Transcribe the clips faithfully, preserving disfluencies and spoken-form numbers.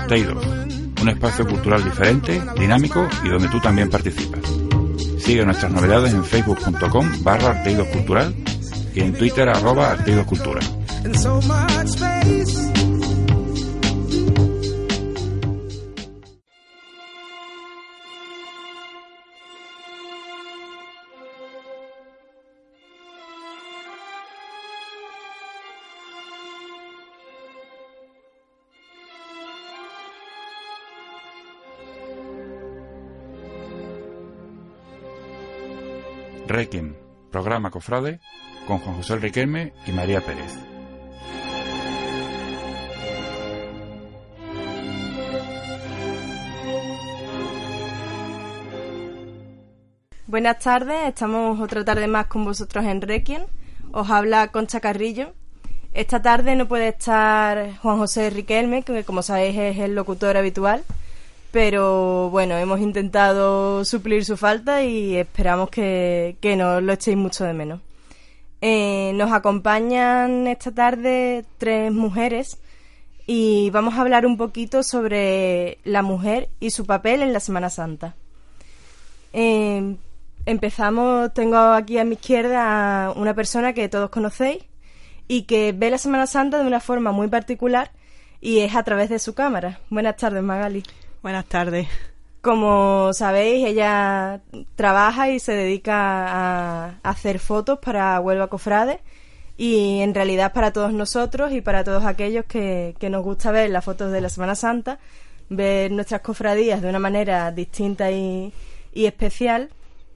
Arteidos, un espacio cultural diferente, dinámico y donde tú también participas. Sigue nuestras novedades en facebook punto com barra Arteidos Cultural y en Twitter arroba Arteidos Cultura. Requiem, programa Cofrade, con Juan José Riquelme y María Pérez. Buenas tardes, estamos otra tarde más con vosotros en Requiem. Os habla Concha Carrillo. Esta tarde no puede estar Juan José Riquelme, que como sabéis es el locutor habitual, pero bueno, hemos intentado suplir su falta y esperamos que, que no lo echéis mucho de menos. Eh, nos acompañan esta tarde tres mujeres y vamos a hablar un poquito sobre la mujer y su papel en la Semana Santa. Eh, empezamos, tengo aquí a mi izquierda a una persona que todos conocéis y que ve la Semana Santa de una forma muy particular y es a través de su cámara. Buenas tardes, Magali. Buenas tardes. Como sabéis, ella trabaja y se dedica a hacer fotos para Huelva Cofrade y en realidad para todos nosotros y para todos aquellos que, que nos gusta ver las fotos de la Semana Santa, ver nuestras cofradías de una manera distinta y, y especial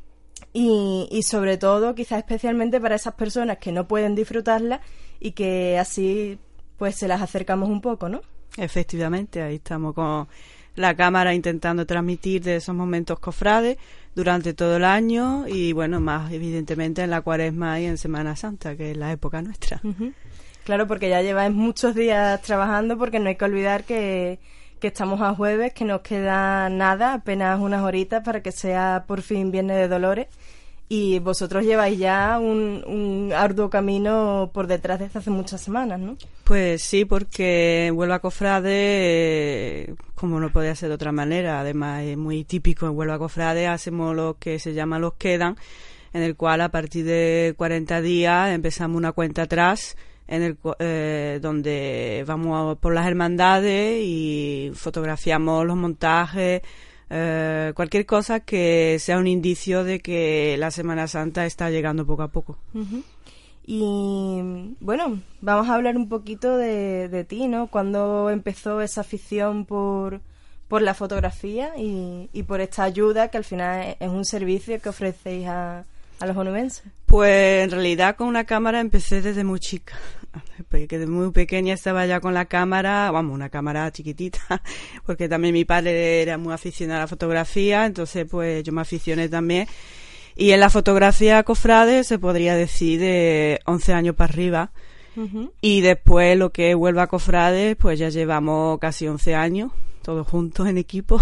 y, y sobre todo quizás especialmente para esas personas que no pueden disfrutarlas y que así pues se las acercamos un poco, ¿no? Efectivamente, ahí estamos con la cámara intentando transmitir de esos momentos cofrades durante todo el año y bueno, más evidentemente en la Cuaresma y en Semana Santa, que es la época nuestra. Uh-huh. Claro, porque ya lleváis muchos días trabajando, porque no hay que olvidar que, que estamos a jueves, que nos queda nada, apenas unas horitas para que sea por fin Viernes de Dolores. Y vosotros lleváis ya un, un arduo camino por detrás desde hace muchas semanas, ¿no? Pues sí, porque Huelva Cofrade, eh, como no podía ser de otra manera, además es muy típico en Huelva Cofrade, hacemos lo que se llama los quedan, en el cual a partir de cuarenta días empezamos una cuenta atrás, en el eh, donde vamos por las hermandades y fotografiamos los montajes, Uh, cualquier cosa que sea un indicio de que la Semana Santa está llegando poco a poco. Uh-huh. Y bueno, vamos a hablar un poquito de, de ti, ¿no? ¿Cuándo empezó esa afición por, por la fotografía y, y por esta ayuda que al final es un servicio que ofrecéis a, a los onubenses? Pues en realidad con una cámara empecé desde muy chica. Que desde muy pequeña estaba ya con la cámara, vamos, una cámara chiquitita, porque también mi padre era muy aficionado a la fotografía, entonces pues yo me aficioné también. Y en la fotografía cofrade se podría decir de once años para arriba. Uh-huh. Y después lo que es Huelva Cofrade, pues ya llevamos casi once años, todos juntos en equipo.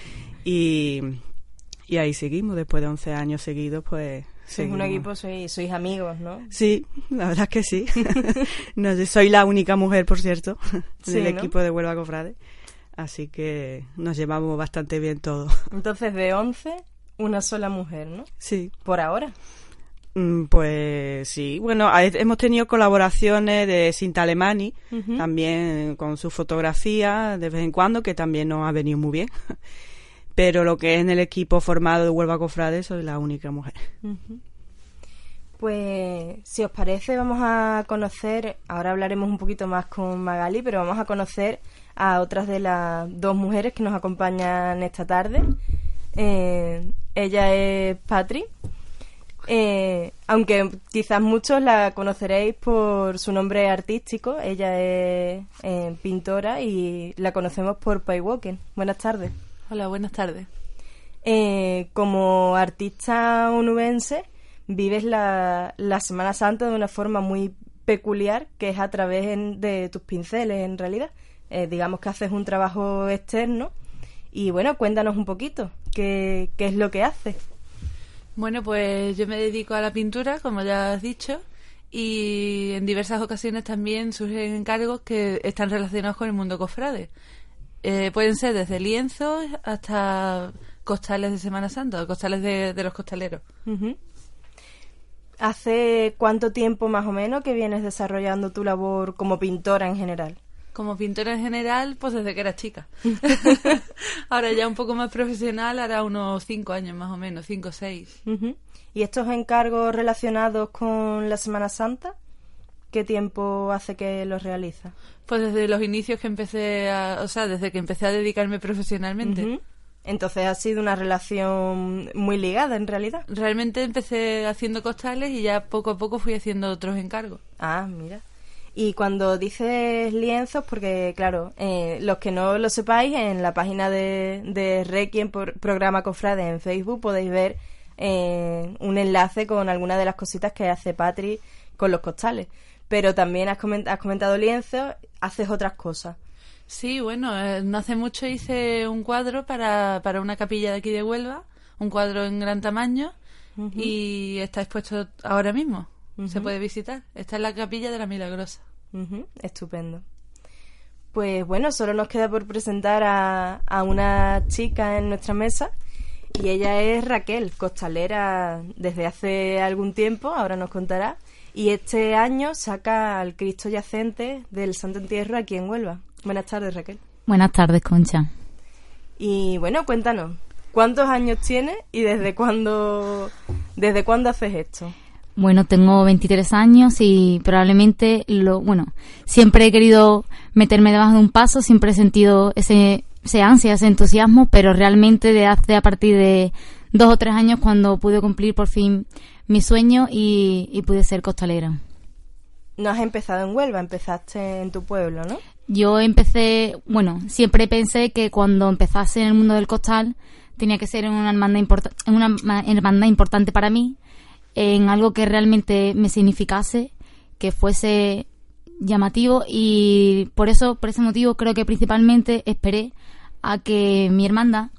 y, y ahí seguimos, después de once años seguidos, pues... Sois un equipo, sois, sois amigos, ¿no? Sí, la verdad es que sí. No, soy la única mujer, por cierto, sí, del ¿no? equipo de Huelva Cofrade. Así que nos llevamos bastante bien todos. Entonces, de once, una sola mujer, ¿no? Sí. ¿Por ahora? Mm, pues sí. Bueno, hemos tenido colaboraciones de Cinta Alemani, uh-huh. también con su fotografía, de vez en cuando, que también nos ha venido muy bien. Pero lo que es en el equipo formado de Huelva Cofrade soy la única mujer. Uh-huh. Pues, si os parece, vamos a conocer, ahora hablaremos un poquito más con Magali, pero vamos a conocer a otras de las dos mujeres que nos acompañan esta tarde. Eh, ella es Patri, eh, aunque quizás muchos la conoceréis por su nombre artístico. Ella es eh, pintora y la conocemos por Paywalking. Buenas tardes. Hola, buenas tardes. Eh, como artista onubense, vives la, la Semana Santa de una forma muy peculiar, que es a través en, de tus pinceles, en realidad. Eh, digamos que haces un trabajo externo. Y bueno, cuéntanos un poquito, ¿qué, qué es lo que haces? Bueno, pues yo me dedico a la pintura, como ya has dicho, y en diversas ocasiones también surgen encargos que están relacionados con el mundo cofrade. Eh, pueden ser desde lienzos hasta costales de Semana Santa, costales de, de los costaleros. Uh-huh. ¿Hace cuánto tiempo más o menos que vienes desarrollando tu labor como pintora en general? Como pintora en general, pues desde que era chica. Ahora ya un poco más profesional, hará unos cinco años más o menos, cinco o seis. Uh-huh. ¿Y estos encargos relacionados con la Semana Santa? ¿Qué tiempo hace que los realizas? Pues desde los inicios que empecé a... O sea, desde que empecé a dedicarme profesionalmente. Uh-huh. Entonces ha sido una relación muy ligada, en realidad. Realmente empecé haciendo costales y ya poco a poco fui haciendo otros encargos. Ah, mira. Y cuando dices lienzos, porque claro, eh, los que no lo sepáis, en la página de, de Requiem, por programa Cofrade en Facebook, podéis ver eh, un enlace con algunas de las cositas que hace Patri con los costales. Pero también has, coment- has comentado lienzos, haces otras cosas. Sí, bueno, eh, no hace mucho hice un cuadro para, para una capilla de aquí de Huelva, un cuadro en gran tamaño, uh-huh. y está expuesto ahora mismo. Uh-huh. Se puede visitar. Está en la capilla de la Milagrosa. Uh-huh. Estupendo. Pues bueno, solo nos queda por presentar a, a una chica en nuestra mesa, y ella es Raquel, costalera desde hace algún tiempo, ahora nos contará, y este año saca al Cristo Yacente del Santo Entierro aquí en Huelva. Buenas tardes, Raquel. Buenas tardes, Concha. Y bueno, cuéntanos, ¿cuántos años tienes y desde cuándo, desde cuándo haces esto? Bueno, tengo veintitrés años y probablemente, lo bueno, siempre he querido meterme debajo de un paso, siempre he sentido ese, ese ansia, ese entusiasmo, pero realmente de hace a partir de dos o tres años cuando pude cumplir por fin mi sueño y, y pude ser costalera. No has empezado en Huelva, empezaste en tu pueblo, ¿no? Yo empecé, bueno, siempre pensé que cuando empezase en el mundo del costal tenía que ser en una hermandad, import- en una hermandad importante para mí, en algo que realmente me significase, que fuese llamativo, y por eso, por ese motivo, creo que principalmente esperé a que mi hermandad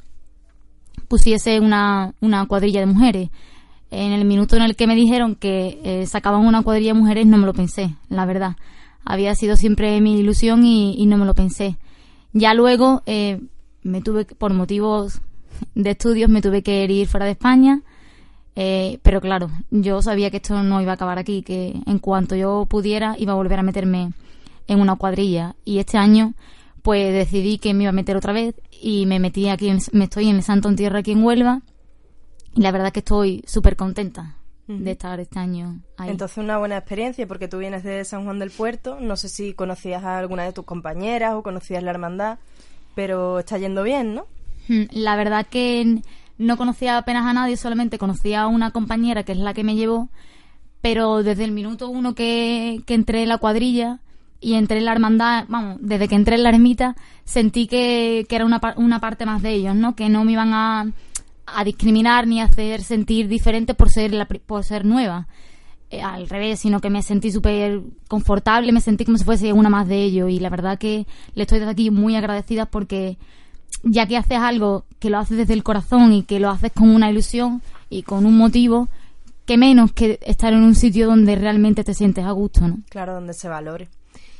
pusiese una, una cuadrilla de mujeres. En el minuto en el que me dijeron que eh, sacaban una cuadrilla de mujeres, no me lo pensé, la verdad. Había sido siempre mi ilusión y, y no me lo pensé. Ya luego, eh, me tuve, por motivos de estudios, me tuve que ir fuera de España. Eh, pero claro, yo sabía que esto no iba a acabar aquí, que en cuanto yo pudiera iba a volver a meterme en una cuadrilla. Y este año, pues decidí que me iba a meter otra vez y me metí aquí, en, me estoy en el Santo Entierro aquí en Huelva. Y la verdad es que estoy súper contenta uh-huh. de estar este año ahí. Entonces una buena experiencia, porque tú vienes de San Juan del Puerto, no sé si conocías a alguna de tus compañeras o conocías la hermandad, pero está yendo bien, ¿no? La verdad que no conocía apenas a nadie, solamente conocía a una compañera que es la que me llevó, pero desde el minuto uno que, que entré en la cuadrilla y entré en la hermandad, vamos, desde que entré en la ermita, sentí que, que era una, una parte más de ellos, ¿no? Que no me iban a... a discriminar ni a hacer sentir diferente por ser la, por ser nueva, eh, al revés, sino que me sentí súper confortable, me sentí como si fuese una más de ellos, y la verdad que le estoy desde aquí muy agradecida, porque ya que haces algo que lo haces desde el corazón y que lo haces con una ilusión y con un motivo, que menos que estar en un sitio donde realmente te sientes a gusto, ¿no? Claro, donde se valore.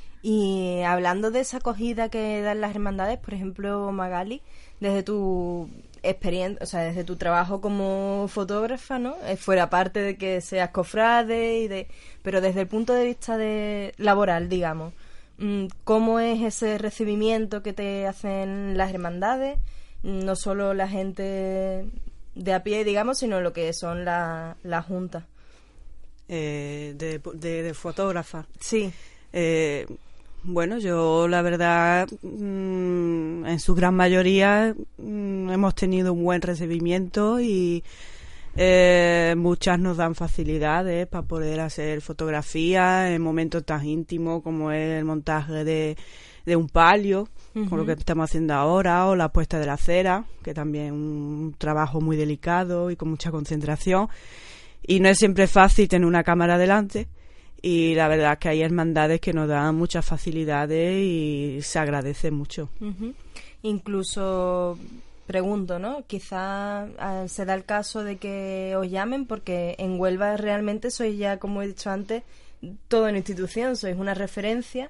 Y hablando de esa acogida que dan las hermandades, por ejemplo, Magali, desde tu experiencia, o sea, desde tu trabajo como fotógrafa, ¿no? Fuera parte de que seas cofrade y de, pero desde el punto de vista de laboral, digamos, ¿cómo es ese recibimiento que te hacen las hermandades? No solo la gente de a pie, digamos, sino lo que son las la juntas. Eh, de, de, de fotógrafa. Sí. Eh, bueno, yo la verdad, mmm, en su gran mayoría mmm, hemos tenido un buen recibimiento y eh, muchas nos dan facilidades para poder hacer fotografías en momentos tan íntimos como es el montaje de, de un palio, uh-huh. con lo que estamos haciendo ahora, o la puesta de la cera, que también es un trabajo muy delicado y con mucha concentración, y no es siempre fácil tener una cámara delante. Y la verdad es que hay hermandades que nos dan muchas facilidades y se agradece mucho. Uh-huh. Incluso, pregunto, ¿no? Quizá eh, se da el caso de que os llamen, porque en Huelva realmente sois ya, como he dicho antes, toda una institución, sois una referencia.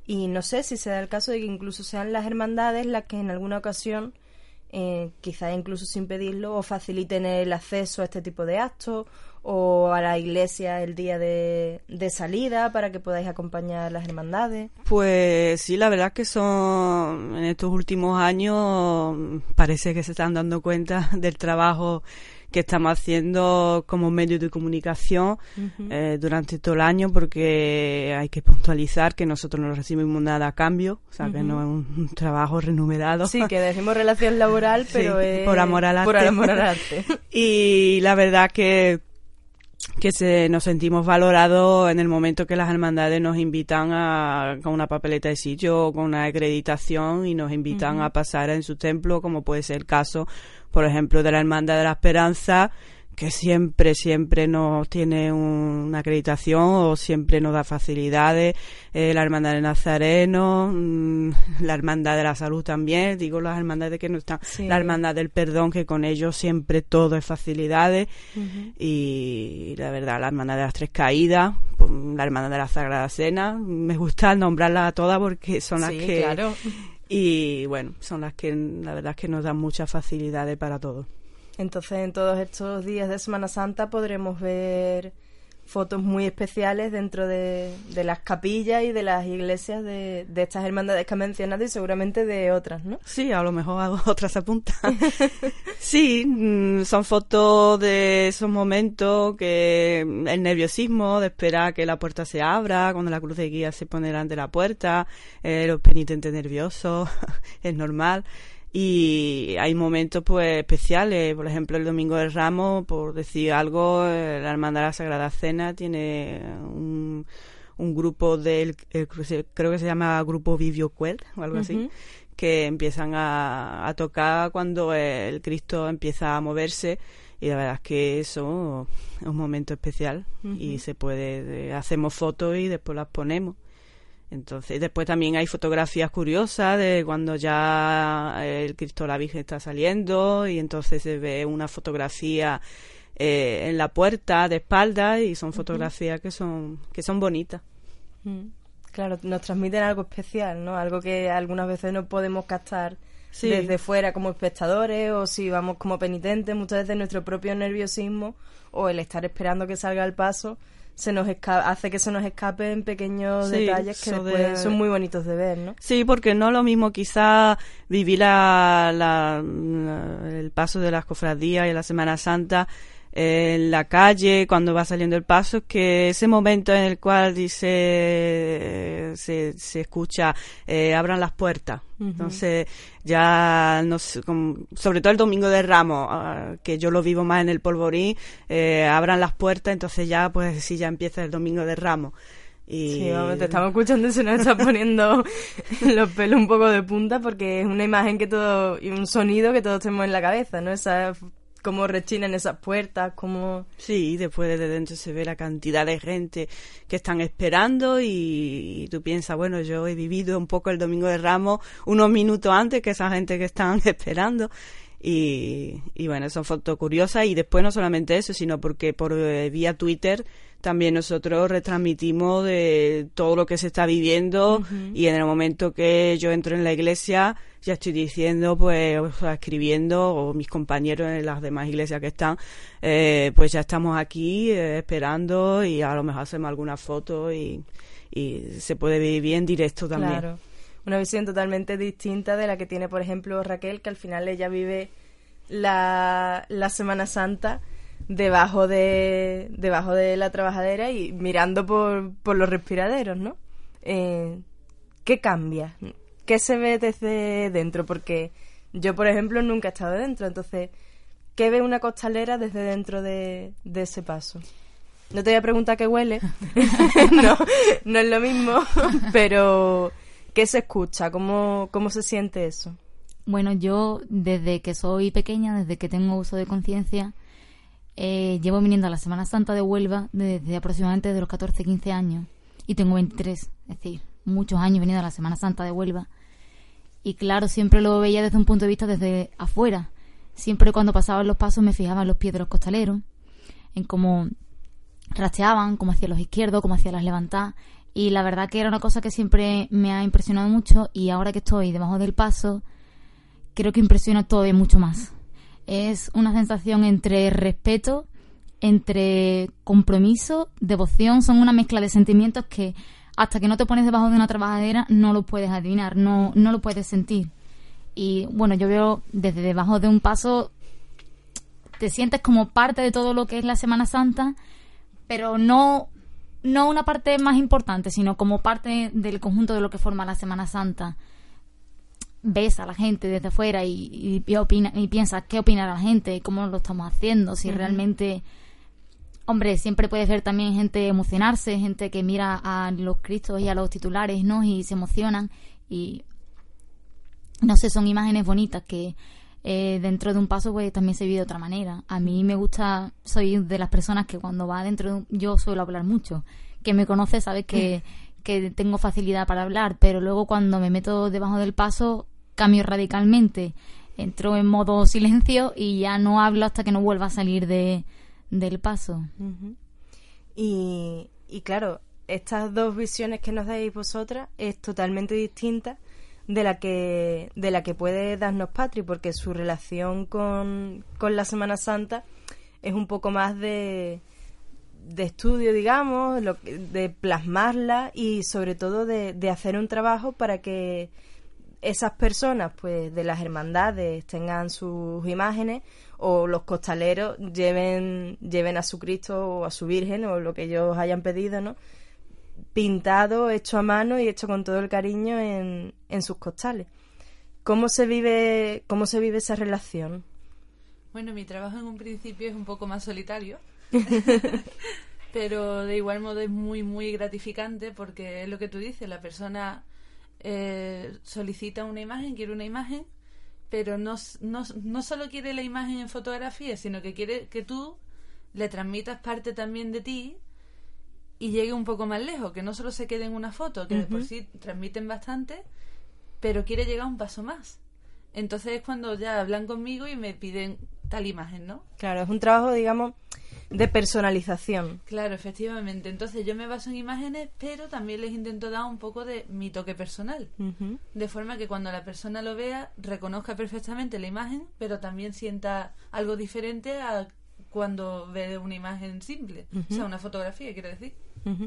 Y no sé si se da el caso de que incluso sean las hermandades las que en alguna ocasión, eh, quizás incluso sin pedirlo, os faciliten el acceso a este tipo de actos, o a la iglesia el día de, de salida para que podáis acompañar a las hermandades. Pues sí, la verdad es que son, en estos últimos años parece que se están dando cuenta del trabajo que estamos haciendo como medio de comunicación uh-huh. eh, durante todo el año, porque hay que puntualizar que nosotros no recibimos nada a cambio, o sea, uh-huh. que no es un, un trabajo remunerado. Sí, que decimos relación laboral, pero sí, es por amor al arte. Por amor al arte. Y la verdad que que se nos sentimos valorados en el momento que las hermandades nos invitan a con una papeleta de sitio o con una acreditación y nos invitan uh-huh. a pasar en su templo, como puede ser el caso, por ejemplo, de la Hermandad de la Esperanza, que siempre, siempre nos tiene un, una acreditación o siempre nos da facilidades, eh, la Hermandad de Nazareno, mmm, la Hermandad de la Salud también, digo las hermandades que no están, sí. La Hermandad del Perdón, que con ellos siempre todo es facilidades, uh-huh. y la verdad, la Hermandad de las Tres Caídas, la Hermandad de la Sagrada Cena, me gusta nombrarlas a todas porque son las sí, que... claro. Y bueno, son las que la verdad es que nos dan muchas facilidades para todo. Entonces, en todos estos días de Semana Santa podremos ver fotos muy especiales dentro de, de las capillas y de las iglesias de, de estas hermandades que has mencionado y seguramente de otras, ¿no? Sí, a lo mejor otras apuntan. Sí, son fotos de esos momentos, que el nerviosismo de esperar que la puerta se abra, cuando la cruz de guía se pone delante de la puerta, eh, los penitentes nerviosos, es normal. Y hay momentos pues especiales, por ejemplo el Domingo de Ramos, por decir algo, la Hermandad de la Sagrada Cena tiene un, un grupo del, el, creo que se llama Grupo Vivio Quer o algo uh-huh. así, que empiezan a, a tocar cuando el Cristo empieza a moverse, y la verdad es que eso es un momento especial uh-huh. y se puede, hacemos fotos y después las ponemos. Entonces, después también hay fotografías curiosas de cuando ya el Cristo o la Virgen está saliendo, y entonces se ve una fotografía eh, en la puerta de espaldas, y son fotografías uh-huh. que son que son bonitas. Uh-huh. Claro, nos transmiten algo especial, ¿no? Algo que algunas veces no podemos captar sí. desde fuera como espectadores, o si vamos como penitentes, muchas veces nuestro propio nerviosismo o el estar esperando que salga el paso se nos esca- hace que se nos escapen pequeños sí, detalles que después de... son muy bonitos de ver, ¿no? Sí, porque no es lo mismo quizá vivir la, la, la, el paso de las cofradías y la Semana Santa eh, en la calle cuando va saliendo el paso, que ese momento en el cual dice eh, se, se escucha eh, abran las puertas. Uh-huh. Entonces ya no sé, como, sobre todo el Domingo de Ramos, uh, que yo lo vivo más en el Polvorín, eh, abran las puertas, entonces ya pues sí, ya empieza el Domingo de Ramos. Y... Sí, vamos, te estamos escuchando y se nos está poniendo los pelos un poco de punta, porque es una imagen que todo y un sonido que todos tenemos en la cabeza, ¿no? Esa, cómo rechinan esas puertas, cómo... Sí, después desde dentro se ve la cantidad de gente que están esperando, y, y tú piensas, bueno, yo he vivido un poco el Domingo de Ramos unos minutos antes que esa gente que están esperando. Y, y bueno, son fotos curiosas, y después no solamente eso, sino porque por eh, vía Twitter también nosotros retransmitimos de todo lo que se está viviendo, uh-huh. y en el momento que yo entro en la iglesia ya estoy diciendo, pues, o sea, escribiendo, o mis compañeros en las demás iglesias que están, eh, pues ya estamos aquí eh, esperando, y a lo mejor hacemos alguna foto y, y se puede vivir en directo también. Claro. Una visión totalmente distinta de la que tiene, por ejemplo, Raquel, que al final ella vive la, la Semana Santa debajo de debajo de la trabajadera y mirando por, por los respiraderos, ¿no? Eh, ¿Qué cambia? ¿Qué se ve desde dentro? Porque yo, por ejemplo, nunca he estado dentro, entonces, ¿qué ve una costalera desde dentro de, de ese paso? No te voy a preguntar qué huele, no, no es lo mismo, pero... ¿Qué se escucha? ¿Cómo, cómo se siente eso? Bueno, yo desde que soy pequeña, desde que tengo uso de conciencia, eh, llevo viniendo a la Semana Santa de Huelva desde aproximadamente de los catorce, quince años, y tengo veintitrés, es decir, muchos años viniendo a la Semana Santa de Huelva. Y claro, siempre lo veía desde un punto de vista desde afuera. Siempre cuando pasaban los pasos me fijaba en los pies de los costaleros, en cómo rasteaban, cómo hacían los izquierdos, cómo hacían las levantadas. Y la verdad que era una cosa que siempre me ha impresionado mucho, y ahora que estoy debajo del paso, creo que impresiona todavía mucho más. Es una sensación entre respeto, entre compromiso, devoción. Son una mezcla de sentimientos que hasta que no te pones debajo de una trabajadera no lo puedes adivinar, no, no lo puedes sentir. Y bueno, yo veo desde debajo de un paso, te sientes como parte de todo lo que es la Semana Santa, pero no, no una parte más importante, sino como parte del conjunto de lo que forma la Semana Santa. Ves a la gente desde afuera y, y, y, opina, y piensas qué opina la gente, cómo lo estamos haciendo, si uh-huh. realmente... Hombre, siempre puedes ver también gente emocionarse, gente que mira a los Cristos y a los titulares, ¿no? Y se emocionan y... No sé, son imágenes bonitas que eh, dentro de un paso pues también se vive de otra manera. A mí me gusta, soy de las personas que cuando va dentro de un... Yo suelo hablar mucho. Quien me conoce sabe que, que tengo facilidad para hablar, pero luego cuando me meto debajo del paso cambio radicalmente. Entro en modo silencio y ya no hablo hasta que no vuelva a salir de, del paso. Uh-huh. Y, y claro, estas dos visiones que nos dais vosotras es totalmente distinta de la que de la que puede darnos Patri, porque su relación con, con la Semana Santa es un poco más de, de estudio, digamos, lo, de plasmarla y sobre todo de, de hacer un trabajo para que esas personas pues de las hermandades tengan sus imágenes, o los costaleros lleven lleven a su Cristo o a su Virgen o lo que ellos hayan pedido, ¿no?, pintado, hecho a mano y hecho con todo el cariño en, en sus costales. ¿Cómo se vive cómo se vive esa relación? Bueno, mi trabajo en un principio es un poco más solitario, pero de igual modo es muy, muy gratificante, porque es lo que tú dices, la persona eh, solicita una imagen, quiere una imagen, pero no, no, no solo quiere la imagen en fotografía, sino que quiere que tú le transmitas parte también de ti y llegue un poco más lejos, que no solo se quede en una foto, que uh-huh. de por sí transmiten bastante, pero quiere llegar un paso más. Entonces es cuando ya hablan conmigo y me piden tal imagen, ¿no? Claro, es un trabajo, digamos, de personalización. Claro, efectivamente. Entonces yo me baso en imágenes, pero también les intento dar un poco de mi toque personal. Uh-huh. De forma que cuando la persona lo vea, reconozca perfectamente la imagen, pero también sienta algo diferente a cuando ve una imagen simple. Uh-huh. O sea, una fotografía, quiero decir. Uh-huh.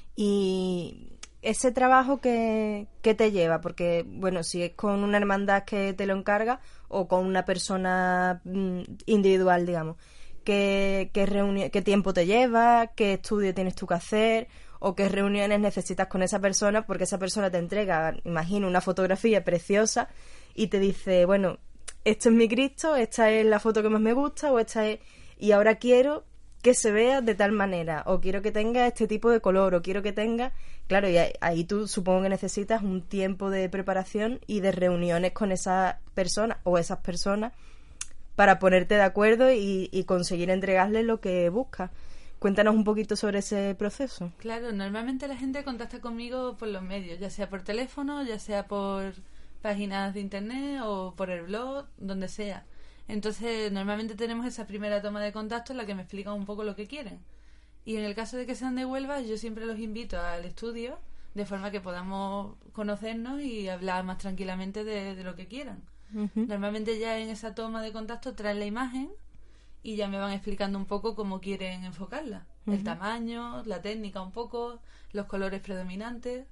Y ese trabajo que, que te lleva, porque, bueno, si es con una hermandad que te lo encarga o con una persona mm, individual, digamos, ¿qué, qué, reuni- qué tiempo te lleva? ¿Qué estudio tienes tú que hacer? ¿O qué reuniones necesitas con esa persona? Porque esa persona te entrega, imagino, una fotografía preciosa y te dice, bueno, esto es mi Cristo, esta es la foto que más me gusta, o esta es... Y ahora quiero que se vea de tal manera, o quiero que tenga este tipo de color, o quiero que tenga... Claro, y ahí tú supongo que necesitas un tiempo de preparación y de reuniones con esa persona o esas personas para ponerte de acuerdo y, y conseguir entregarle lo que buscas. Cuéntanos un poquito sobre ese proceso. Claro, normalmente la gente contacta conmigo por los medios, ya sea por teléfono, ya sea por páginas de internet o por el blog, donde sea. Entonces, normalmente tenemos esa primera toma de contacto en la que me explican un poco lo que quieren. Y en el caso de que sean de Huelva, yo siempre los invito al estudio, de forma que podamos conocernos y hablar más tranquilamente de, de lo que quieran. Uh-huh. Normalmente ya en esa toma de contacto traen la imagen y ya me van explicando un poco cómo quieren enfocarla. Uh-huh. El tamaño, la técnica un poco, los colores predominantes.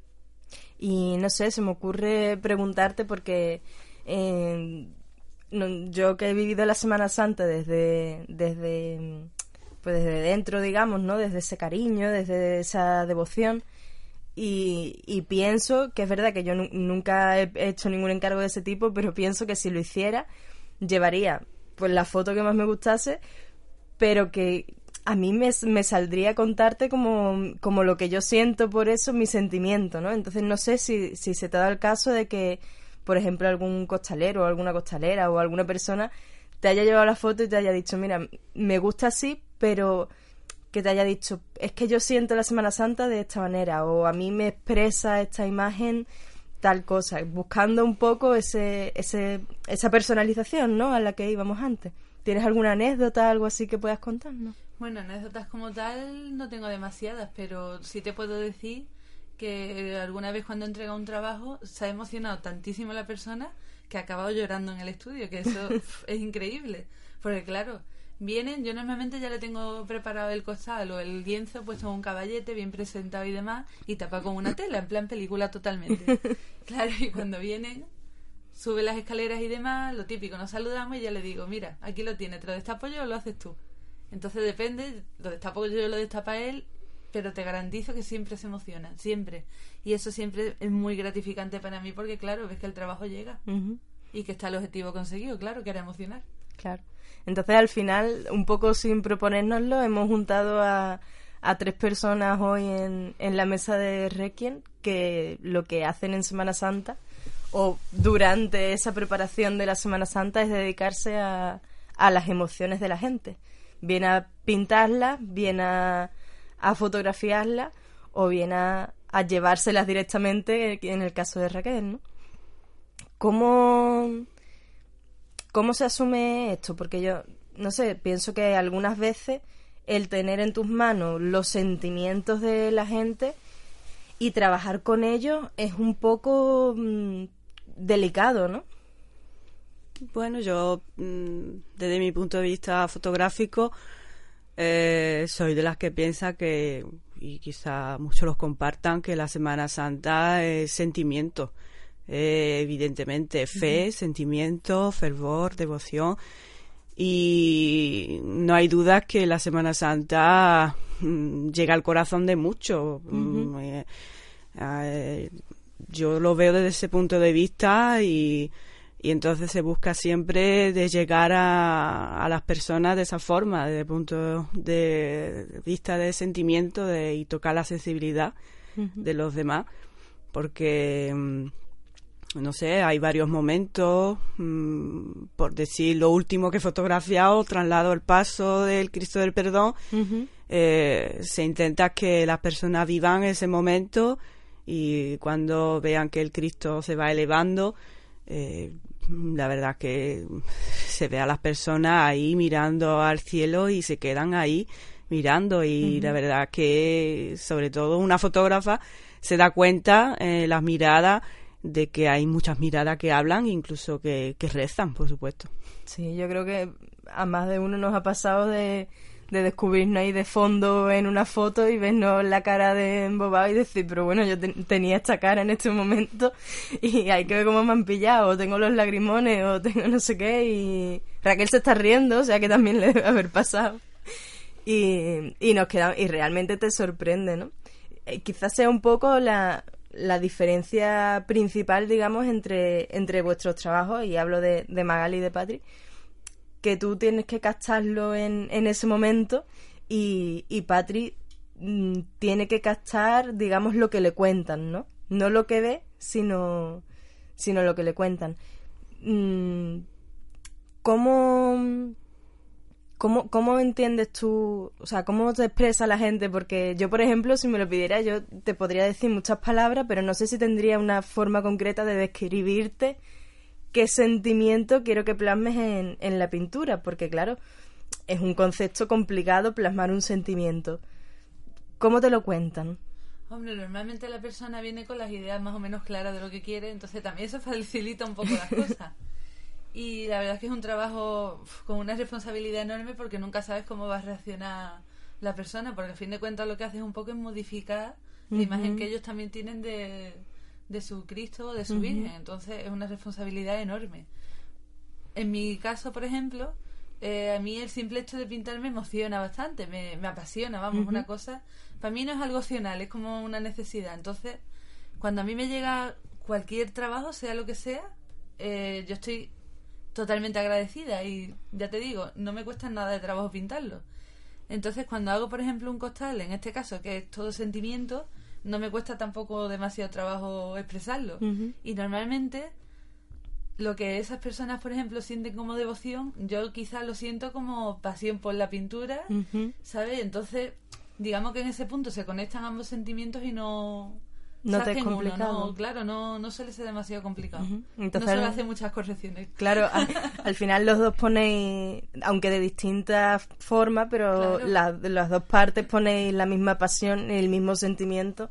Y no sé, se me ocurre preguntarte porque... Eh, No, yo que he vivido la Semana Santa desde desde pues desde dentro, digamos, ¿no? Desde ese cariño, desde esa devoción, y, y pienso que es verdad que yo nu- nunca he hecho ningún encargo de ese tipo, pero pienso que si lo hiciera llevaría pues la foto que más me gustase, pero que a mí me, me saldría contarte como, como lo que yo siento por eso, mi sentimiento, ¿no? Entonces no sé si, si se te da el caso de que, por ejemplo, algún costalero o alguna costalera o alguna persona te haya llevado la foto y te haya dicho, mira, me gusta así, pero que te haya dicho, es que yo siento la Semana Santa de esta manera, o a mí me expresa esta imagen tal cosa, buscando un poco ese, ese esa personalización, ¿no?, a la que íbamos antes. ¿Tienes alguna anécdota, algo así que puedas contarnos? Bueno, anécdotas como tal no tengo demasiadas, pero sí te puedo decir que alguna vez cuando entrega un trabajo se ha emocionado tantísimo la persona que ha acabado llorando en el estudio, que eso es increíble. Porque claro, vienen, yo normalmente ya le tengo preparado el costal o el lienzo puesto en un caballete bien presentado y demás, y tapa con una tela, en plan película totalmente. Claro, y cuando vienen, sube las escaleras y demás, lo típico, nos saludamos y ya le digo, mira, aquí lo tienes, ¿te lo destapo yo o lo haces tú? Entonces depende, lo destapo yo o lo destapa él, pero te garantizo que siempre se emocionan, siempre. Y eso siempre es muy gratificante para mí porque, claro, ves que el trabajo llega uh-huh. y que está el objetivo conseguido, claro, que era emocionar. Claro. Entonces, al final, un poco sin proponérnoslo, hemos juntado a, a tres personas hoy en, en la mesa de Requiem que lo que hacen en Semana Santa o durante esa preparación de la Semana Santa es dedicarse a, a las emociones de la gente. Bien a pintarlas, bien a, a fotografiarlas o bien a, a llevárselas directamente en el caso de Raquel, ¿no? ¿Cómo, ¿Cómo se asume esto? Porque yo, no sé, pienso que algunas veces el tener en tus manos los sentimientos de la gente y trabajar con ellos es un poco mmm, delicado, ¿no? Bueno, yo desde mi punto de vista fotográfico eh, soy de las que piensa que, y quizá muchos los compartan, que la Semana Santa es sentimiento, eh, evidentemente fe, uh-huh. sentimiento, fervor, devoción, y no hay dudas que la Semana Santa mm, llega al corazón de muchos. Uh-huh. eh, eh, yo lo veo desde ese punto de vista y Y entonces se busca siempre de llegar a, a las personas de esa forma, desde el punto de vista de sentimiento de, y tocar la sensibilidad uh-huh. de los demás. Porque, no sé, hay varios momentos, mmm, por decir lo último que he fotografiado, traslado el paso del Cristo del Perdón. Uh-huh. Eh, se intenta que las personas vivan ese momento y cuando vean que el Cristo se va elevando, eh, la verdad que se ve a las personas ahí mirando al cielo y se quedan ahí mirando y uh-huh. la verdad que sobre todo una fotógrafa se da cuenta eh, las miradas de que hay muchas miradas que hablan, incluso que, que rezan, por supuesto. Sí, yo creo que a más de uno nos ha pasado de, de descubrirnos ahí de fondo en una foto y vernos la cara de embobado y decir, pero bueno, yo te- tenía esta cara en este momento y hay que ver cómo me han pillado, o tengo los lagrimones, o tengo no sé qué, y Raquel se está riendo, o sea que también le debe haber pasado. Y, y nos queda, y realmente te sorprende, ¿no? Eh, quizás sea un poco la, la diferencia principal, digamos, entre, entre vuestros trabajos, y hablo de, de Magali y de Patri, que tú tienes que captarlo en, en ese momento y, y Patri mm, tiene que captar, digamos, lo que le cuentan, ¿no? No lo que ve, sino, sino lo que le cuentan. Mm, ¿Cómo, cómo, ¿Cómo entiendes tú, o sea, cómo te expresa la gente? Porque yo, por ejemplo, si me lo pidiera, yo te podría decir muchas palabras, pero no sé si tendría una forma concreta de describirte qué sentimiento quiero que plasmes en, en la pintura, porque claro, es un concepto complicado plasmar un sentimiento. ¿Cómo te lo cuentan? Hombre, normalmente la persona viene con las ideas más o menos claras de lo que quiere, entonces también eso facilita un poco las cosas. Y la verdad es que es un trabajo uf, con una responsabilidad enorme porque nunca sabes cómo va a reaccionar la persona, porque a fin de cuentas lo que haces un poco es modificar la uh-huh. imagen que ellos también tienen de... de su Cristo o de su uh-huh. Virgen, entonces es una responsabilidad enorme. En mi caso, por ejemplo, eh, a mí el simple hecho de pintar me emociona bastante, me, me apasiona, vamos, uh-huh. una cosa, para mí no es algo opcional, es como una necesidad. Entonces, cuando a mí me llega cualquier trabajo, sea lo que sea, eh, yo estoy totalmente agradecida y ya te digo, no me cuesta nada de trabajo pintarlo. Entonces, cuando hago, por ejemplo, un costal, en este caso, que es todo sentimiento, no me cuesta tampoco demasiado trabajo expresarlo. Uh-huh. Y normalmente lo que esas personas, por ejemplo, sienten como devoción, yo quizás lo siento como pasión por la pintura, uh-huh. ¿sabes? Entonces, digamos que en ese punto se conectan ambos sentimientos y no... No te es complicado. Uno, no, claro, no, no suele ser demasiado complicado. Uh-huh. Entonces, no suele hacer muchas correcciones. Claro, al, al final los dos ponéis, aunque de distintas formas, pero claro. la, las dos partes ponéis la misma pasión, el mismo sentimiento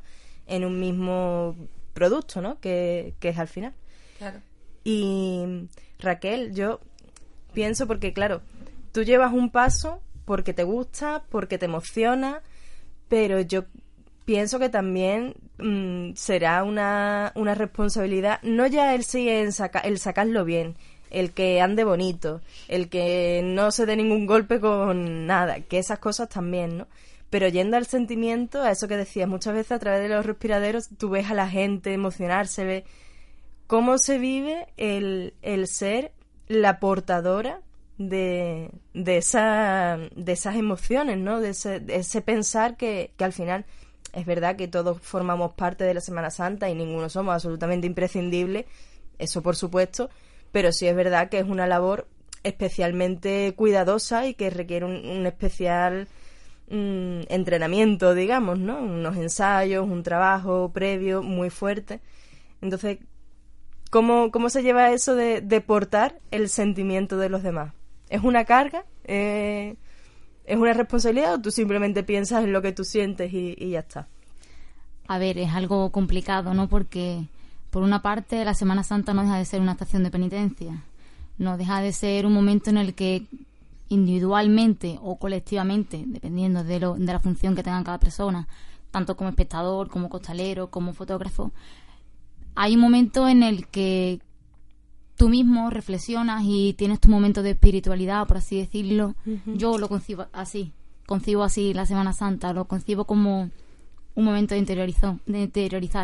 en un mismo producto, ¿no? Que, que es al final. Claro. Y Raquel, yo pienso porque, claro, tú llevas un paso porque te gusta, porque te emociona, pero yo pienso que también mmm, será una, una responsabilidad, no ya el, sí, el, saca, el sacarlo bien, el que ande bonito, el que no se dé ningún golpe con nada, que esas cosas también, ¿no? Pero yendo al sentimiento, a eso que decías, muchas veces a través de los respiraderos tú ves a la gente emocionarse, ves cómo se vive el, el ser la portadora de, de, esa, de esas emociones, ¿no? De ese, de ese pensar que, que al final es verdad que todos formamos parte de la Semana Santa y ninguno somos absolutamente imprescindibles, eso por supuesto, pero sí es verdad que es una labor especialmente cuidadosa y que requiere un, un especial mmm, entrenamiento, digamos, ¿no? Unos ensayos, un trabajo previo muy fuerte. Entonces, ¿cómo, cómo se lleva eso de, de portar el sentimiento de los demás? ¿Es una carga? ¿Eh, ¿Es una responsabilidad o tú simplemente piensas en lo que tú sientes y, y ya está? A ver, es algo complicado, ¿no? Porque, por una parte, la Semana Santa no deja de ser una estación de penitencia. No deja de ser un momento en el que individualmente o colectivamente, dependiendo de, lo, de la función que tenga cada persona, tanto como espectador, como costalero, como fotógrafo, hay un momento en el que tú mismo reflexionas y tienes tu momento de espiritualidad, por así decirlo. Uh-huh. Yo lo concibo así, concibo así la Semana Santa, lo concibo como un momento de, interiorizo, de interiorizar.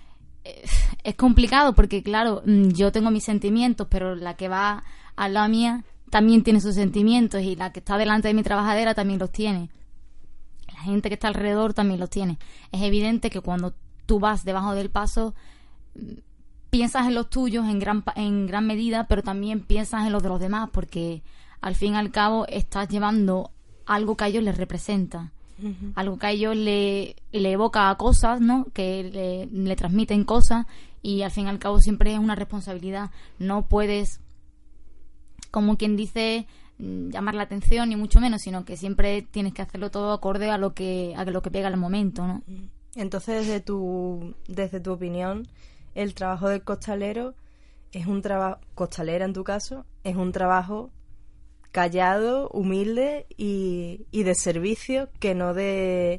Es complicado porque, claro, yo tengo mis sentimientos, pero la que va al lado mía también tiene sus sentimientos y la que está delante de mi trabajadera también los tiene. La gente que está alrededor también los tiene. Es evidente que cuando tú vas debajo del paso, piensas en los tuyos en gran, en gran medida, pero también piensas en los de los demás, porque al fin y al cabo estás llevando algo que a ellos les representa. Uh-huh. Algo que a ellos le, le evoca cosas, ¿no? Que le, le transmiten cosas y al fin y al cabo siempre es una responsabilidad. No puedes, como quien dice, llamar la atención ni mucho menos, sino que siempre tienes que hacerlo todo acorde a lo que a lo que pega el momento, ¿no? Entonces, desde tu desde tu opinión, el trabajo del costalero es un trabajo, costalera en tu caso, es un trabajo callado, humilde y, y de servicio, que no de,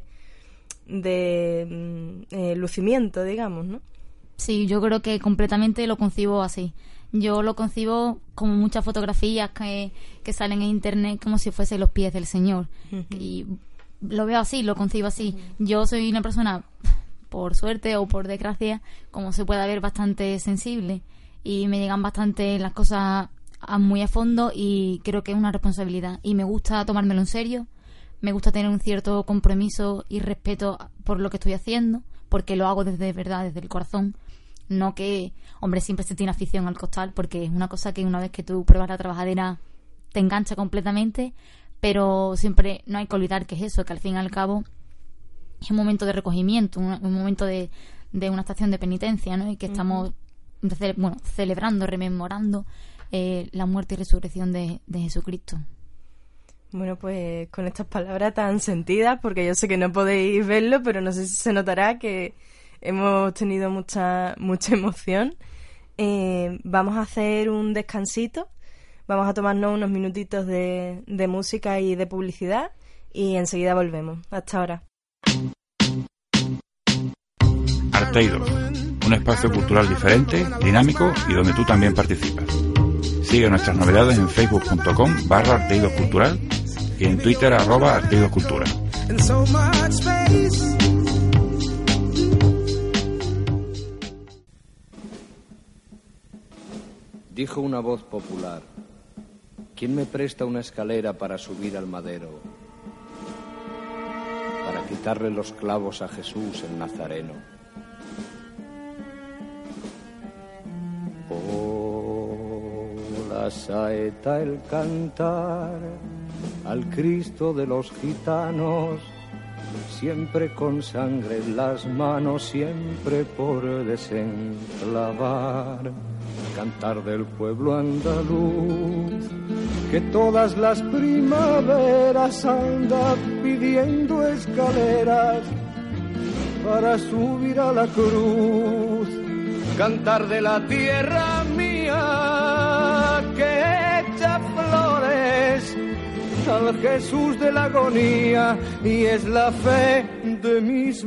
de eh, lucimiento, digamos, ¿no? Sí, yo creo que completamente lo concibo así. Yo lo concibo como muchas fotografías que, que salen en internet como si fuesen los pies del Señor. Uh-huh. Y lo veo así, lo concibo así. Uh-huh. Yo soy una persona, por suerte o por desgracia, como se puede ver, bastante sensible y me llegan bastante las cosas a muy a fondo y creo que es una responsabilidad y me gusta tomármelo en serio, me gusta tener un cierto compromiso y respeto por lo que estoy haciendo, porque lo hago desde verdad, desde el corazón. No que, hombre, siempre se tiene afición al costal, porque es una cosa que una vez que tú pruebas la trabajadera te engancha completamente, pero siempre no hay que olvidar que es eso, que al fin y al cabo es un momento de recogimiento, un, un momento de, de una estación de penitencia, ¿no? Y que estamos, uh-huh. bueno, celebrando, rememorando eh, la muerte y resurrección de, de Jesucristo. Bueno, pues con estas palabras tan sentidas, porque yo sé que no podéis verlo, pero no sé si se notará que hemos tenido mucha mucha emoción. Eh, vamos a hacer un descansito, vamos a tomarnos unos minutitos de, de música y de publicidad y enseguida volvemos. Hasta ahora. Arteidos, un espacio cultural diferente, dinámico y donde tú también participas. Sigue nuestras novedades en facebook.com barra arteidoscultural y en Twitter arroba arteidoscultura. Dijo una voz popular: ¿quién me presta una escalera para subir al madero? Para quitarle los clavos a Jesús el Nazareno. Oh, la saeta, el cantar al Cristo de los gitanos, siempre con sangre en las manos, siempre por desenclavar. Cantar del pueblo andaluz, que todas las primaveras anda pidiendo escaleras para subir a la cruz, cantar de la tierra mía que echa flores al Jesús de la agonía y es la fe de mis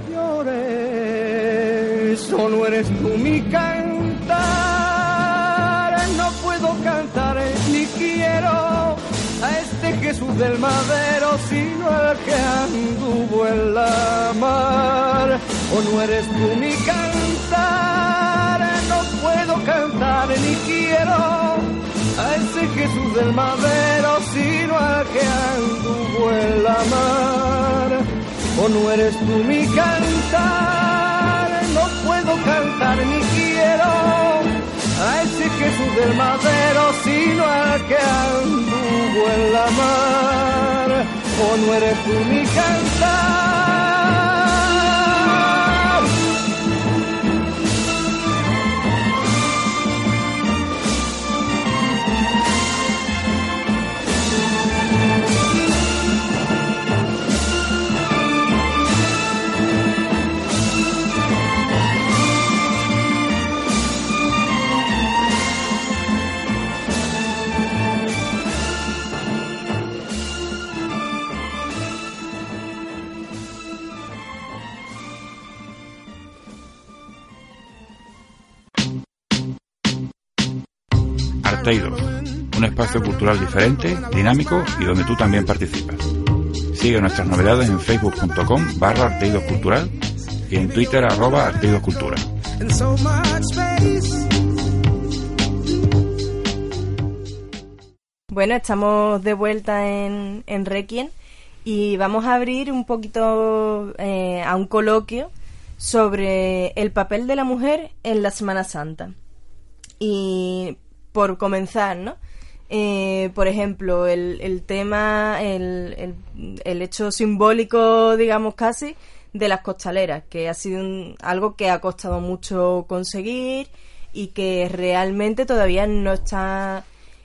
mayores. Oh, no eres tú mi cantar, no puedo cantar ni quiero a este Jesús del madero, sino al que anduvo en la mar. Oh, no eres tú mi cantar, no puedo cantar ni quiero a ese Jesús del madero, sino al que anduvo en la mar. Oh, no eres tú mi cantar, no puedo cantar ni quiero a ese Jesús del madero, sino al que anduvo en la mar. Oh, no eres tú mi cantar. Arteidos, un espacio cultural diferente, dinámico y donde tú también participas. Sigue nuestras novedades en facebook.com barra arteidoscultural y en Twitter arroba arteidoscultura. Bueno, estamos de vuelta en, en Requiem y vamos a abrir un poquito eh, a un coloquio sobre el papel de la mujer en la Semana Santa. Y por comenzar, ¿no? Eh, por ejemplo, el, el tema, el, el, el hecho simbólico, digamos casi, de las costaleras, que ha sido un, algo que ha costado mucho conseguir y que realmente todavía no está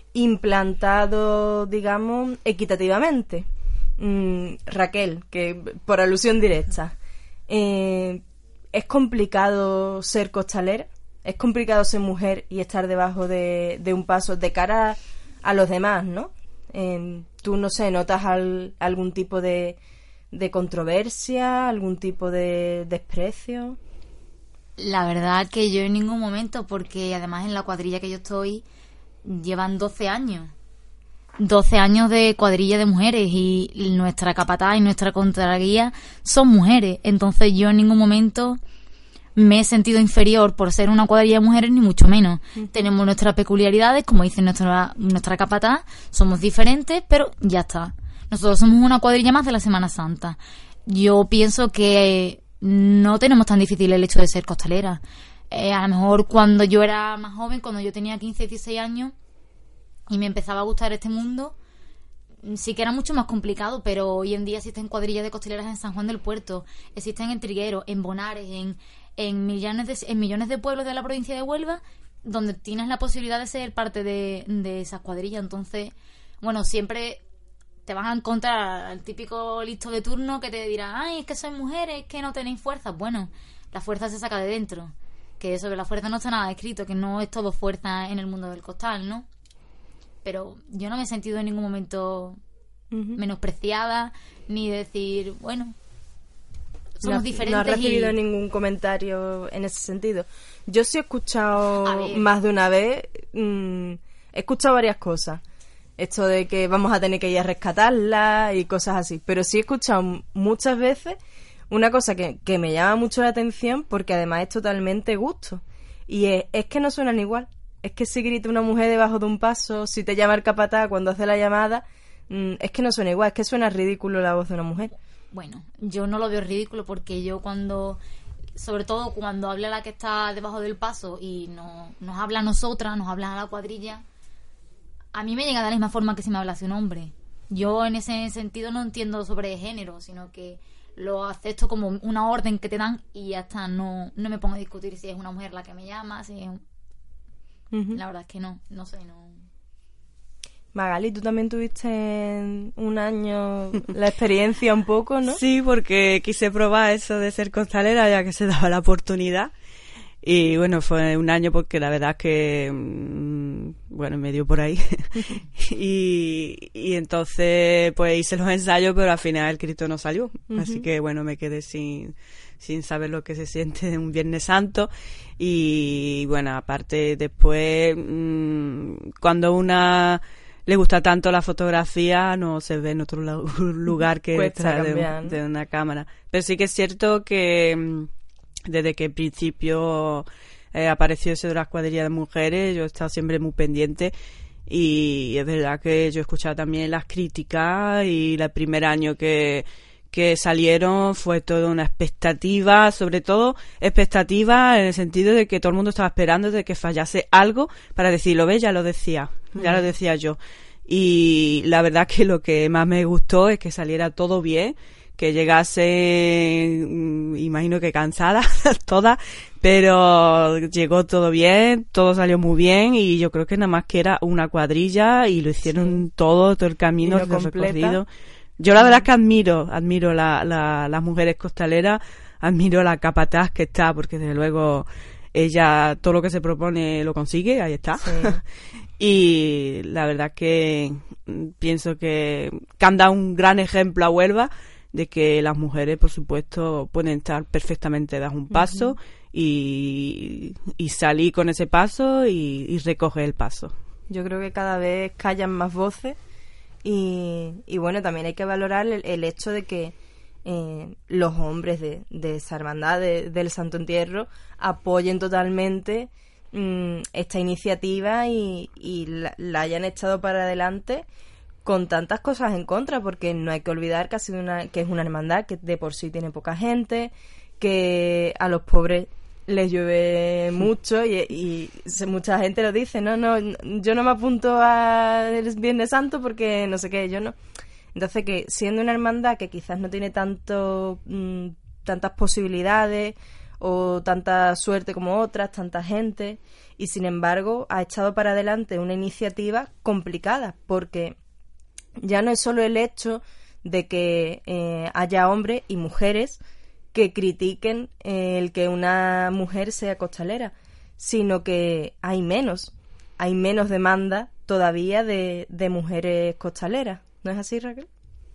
implantado, digamos, equitativamente. Mm, Raquel, que por alusión directa, eh, ¿es complicado ser costalera? Es complicado ser mujer y estar debajo de, de un paso de cara a, a los demás, ¿no? Eh, ¿Tú, no sé, notas al, algún tipo de, de controversia, algún tipo de desprecio? La verdad que yo en ningún momento, porque además en la cuadrilla que yo estoy llevan doce años. doce años de cuadrilla de mujeres y nuestra capataz y nuestra contraguía son mujeres. Entonces yo en ningún momento me he sentido inferior por ser una cuadrilla de mujeres, ni mucho menos. Mm. Tenemos nuestras peculiaridades, como dice nuestra, nuestra capataz, somos diferentes, pero ya está. Nosotros somos una cuadrilla más de la Semana Santa. Yo pienso que no tenemos tan difícil el hecho de ser costalera. Eh, a lo mejor cuando yo era más joven, cuando yo tenía quince, dieciséis años y me empezaba a gustar este mundo, sí que era mucho más complicado, pero hoy en día existen cuadrillas de costaleras en San Juan del Puerto, existen en Trigueros, en Bonares, en en millones de, en millones de pueblos de la provincia de Huelva, donde tienes la posibilidad de ser parte de, de esas cuadrillas. Entonces, bueno, siempre te vas a encontrar al típico listo de turno que te dirá, ay, es que sois mujeres, es que no tenéis fuerza. Bueno, la fuerza se saca de dentro, que sobre la fuerza no está nada escrito, que no es todo fuerza en el mundo del costal, ¿no? Pero yo no me he sentido en ningún momento uh-huh. menospreciada, ni decir, bueno, somos no, diferentes. No has recibido y... ningún comentario en ese sentido. Yo sí he escuchado más de una vez, mmm, he escuchado varias cosas. Esto de que vamos a tener que ir a rescatarla y cosas así. Pero sí he escuchado muchas veces una cosa que, que me llama mucho la atención, porque además es totalmente gusto. Y es, es que no suenan igual. Es que si grita una mujer debajo de un paso, si te llama el capataz cuando hace la llamada, mmm, es que no suena igual, es que suena ridículo la voz de una mujer. Bueno, yo no lo veo ridículo, porque yo cuando, sobre todo cuando habla la que está debajo del paso y no, nos habla a nosotras, nos habla a la cuadrilla, a mí me llega de la misma forma que si me hablase un hombre. Yo en ese sentido no entiendo sobre género, sino que lo acepto como una orden que te dan y ya está. No, no me pongo a discutir si es una mujer la que me llama, si es... Uh-huh. La verdad es que no, no sé, no... Magali, tú también tuviste un año la experiencia un poco, ¿no? Sí, porque quise probar eso de ser costalera ya que se daba la oportunidad. Y bueno, fue un año porque la verdad es que, mmm, bueno, me dio por ahí. y, y entonces pues hice los ensayos, pero al final el Cristo no salió. Uh-huh. Así que bueno, me quedé sin, sin saber lo que se siente un Viernes Santo. Y bueno, aparte después, mmm, cuando una le gusta tanto la fotografía, no se ve en otro lugar que detrás de, de una cámara. Pero sí que es cierto que desde que en principio eh, apareció eso de las cuadrillas de mujeres, yo he estado siempre muy pendiente y es verdad que yo he escuchado también las críticas y el primer año que, que salieron fue toda una expectativa, sobre todo expectativa en el sentido de que todo el mundo estaba esperando de que fallase algo para decirlo, ¿ves? Ya lo decía, ya lo decía yo. Y la verdad que lo que más me gustó es que saliera todo bien, que llegase, imagino que cansada todas, pero llegó todo bien, todo salió muy bien y yo creo que nada más que era una cuadrilla y lo hicieron sí. todo, todo el camino, el recorrido. Yo la verdad es que admiro, admiro la, la, las mujeres costaleras, admiro la capataz que está, porque desde luego ella todo lo que se propone lo consigue, ahí está. Sí. Y la verdad que pienso que, que han dado un gran ejemplo a Huelva de que las mujeres, por supuesto, pueden estar perfectamente dadas un paso uh-huh. y, y salir con ese paso y, y recoger el paso. Yo creo que cada vez callan más voces y, y bueno, también hay que valorar el, el hecho de que eh, los hombres de, de esa hermandad de, del Santo Entierro apoyen totalmente mmm, esta iniciativa y, y la, la hayan echado para adelante con tantas cosas en contra, porque no hay que olvidar que, ha sido una, que es una hermandad que de por sí tiene poca gente, que a los pobres les llueve mucho y, y mucha gente lo dice, no, no, yo no me apunto al Viernes Santo porque no sé qué, yo no. Entonces que siendo una hermandad que quizás no tiene tanto mmm, tantas posibilidades o tanta suerte como otras, tanta gente, y sin embargo ha echado para adelante una iniciativa complicada, porque ya no es solo el hecho de que eh, haya hombres y mujeres que critiquen eh, el que una mujer sea costalera, sino que hay menos, hay menos demanda todavía de, de mujeres costaleras. ¿No es así, Raquel?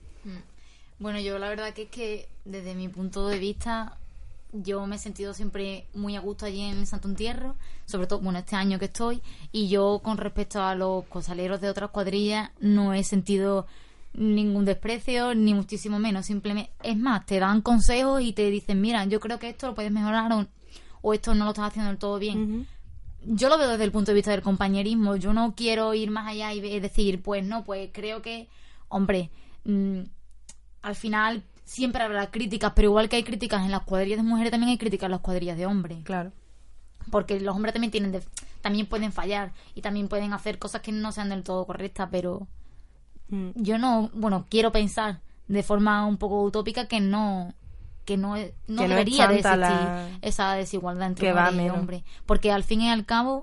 Bueno, yo la verdad que es que desde mi punto de vista yo me he sentido siempre muy a gusto allí en Santo Entierro, sobre todo, bueno, este año que estoy, y yo con respecto a los costaleros de otras cuadrillas no he sentido ningún desprecio, ni muchísimo menos, simplemente, es más, te dan consejos y te dicen, mira, yo creo que esto lo puedes mejorar o, o esto no lo estás haciendo del todo bien. Uh-huh. Yo lo veo desde el punto de vista del compañerismo, yo no quiero ir más allá y decir, pues no, pues creo que, hombre, mmm, al final siempre habrá críticas, pero igual que hay críticas en las cuadrillas de mujeres, también hay críticas en las cuadrillas de hombres. Claro. Porque los hombres también tienen de, también pueden fallar y también pueden hacer cosas que no sean del todo correctas, pero mm. yo no, bueno, quiero pensar de forma un poco utópica que no que no, no que debería no de existir la... esa desigualdad entre mujeres y hombres. Porque al fin y al cabo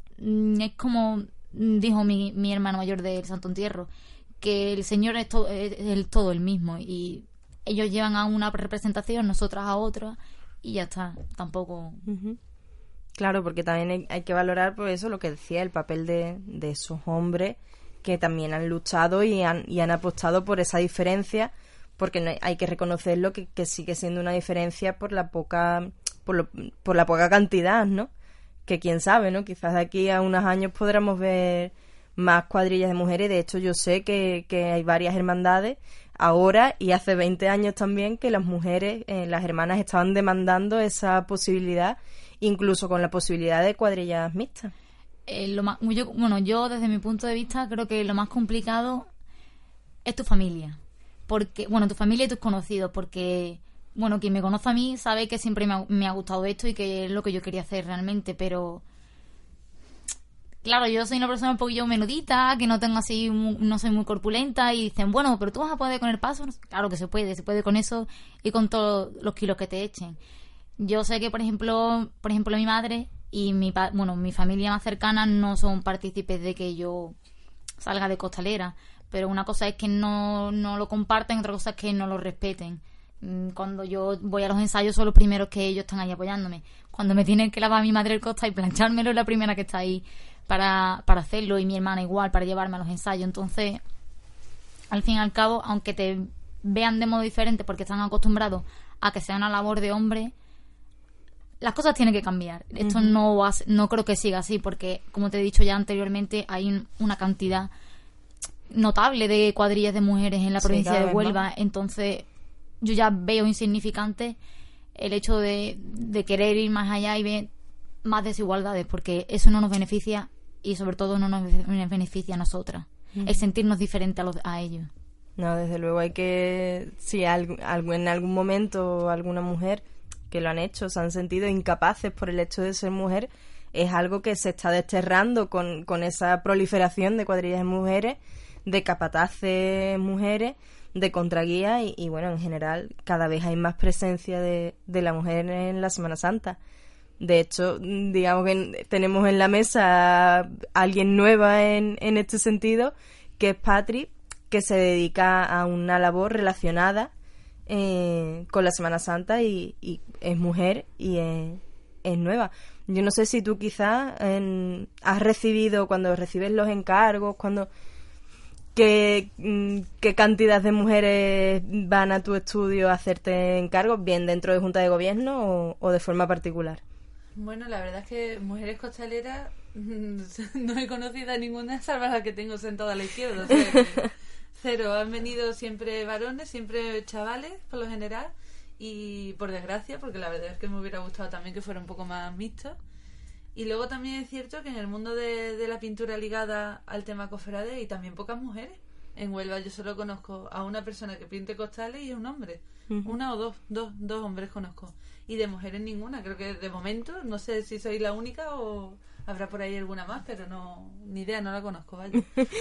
es como dijo mi, mi hermano mayor del Santo Entierro, que el Señor es, to, es el todo el mismo y ellos llevan a una representación, nosotras a otra y ya está, tampoco... Uh-huh. Claro, porque también hay, hay que valorar por eso lo que decía, el papel de, de esos hombres que también han luchado y han, y han apostado por esa diferencia, porque no hay, hay que reconocerlo que, que sigue siendo una diferencia por la poca por, lo, por la poca cantidad, ¿no? Que quién sabe, ¿no? Quizás de aquí a unos años podremos ver más cuadrillas de mujeres. De hecho, yo sé que, que hay varias hermandades ahora y hace veinte años también que las mujeres, eh, las hermanas estaban demandando esa posibilidad, incluso con la posibilidad de cuadrillas mixtas. Eh, lo más, yo, bueno, yo desde mi punto de vista creo que lo más complicado es tu familia, porque bueno, tu familia y tus conocidos, porque bueno, quien me conoce a mí sabe que siempre me ha, me ha gustado esto y que es lo que yo quería hacer realmente, pero claro, yo soy una persona un poquillo menudita, que no tengo así, no soy muy corpulenta, y dicen, bueno, pero tú vas a poder con el paso. Claro que se puede, se puede con eso y con todos los kilos que te echen. Yo sé que, por ejemplo, por ejemplo, mi madre y mi bueno, mi familia más cercana no son partícipes de que yo salga de costalera, pero una cosa es que no, no lo comparten, otra cosa es que no lo respeten. Cuando yo voy a los ensayos son los primeros que ellos están ahí apoyándome. Cuando me tienen que lavar a mi madre el costal y planchármelo es la primera que está ahí para, para hacerlo, y mi hermana igual, para llevarme a los ensayos. Entonces, al fin y al cabo, aunque te vean de modo diferente porque están acostumbrados a que sea una labor de hombre, las cosas tienen que cambiar. Esto uh-huh. no va a, no creo que siga así, porque, como te he dicho ya anteriormente, hay un, una cantidad notable de cuadrillas de mujeres en la sí, provincia de Huelva. Más. Entonces, yo ya veo insignificante el hecho de, de querer ir más allá y ver más desigualdades, porque eso no nos beneficia y sobre todo no nos beneficia a nosotras. Uh-huh. El sentirnos diferentes a, los, a ellos. No, desde luego hay que, si algo, algo, en algún momento alguna mujer que lo han hecho se han sentido incapaces por el hecho de ser mujer, es algo que se está desterrando con, con esa proliferación de cuadrillas de mujeres, de capataces mujeres, de contraguías y, y bueno, en general cada vez hay más presencia de, de la mujer en la Semana Santa. De hecho, digamos que tenemos en la mesa a alguien nueva en, en este sentido, que es Patri, que se dedica a una labor relacionada eh, con la Semana Santa y, y es mujer y es, es nueva. Yo no sé si tú quizás eh, has recibido, cuando recibes los encargos, cuando ¿qué, qué cantidad de mujeres van a tu estudio a hacerte encargos, bien dentro de Junta de Gobierno o, o de forma particular? Bueno, la verdad es que mujeres costaleras no he conocido a ninguna, salvo la que tengo sentada a la izquierda. O sea, que cero. Han venido siempre varones, siempre chavales, por lo general. Y por desgracia, porque la verdad es que me hubiera gustado también que fuera un poco más mixto. Y luego también es cierto que en el mundo de, de la pintura ligada al tema cofrade hay también pocas mujeres. En Huelva yo solo conozco a una persona que pinte costales y a un hombre. Uh-huh. Una o dos, dos, dos hombres conozco. Y de mujeres ninguna. Creo que de momento, no sé si soy la única o habrá por ahí alguna más, pero no, ni idea, no la conozco, vaya.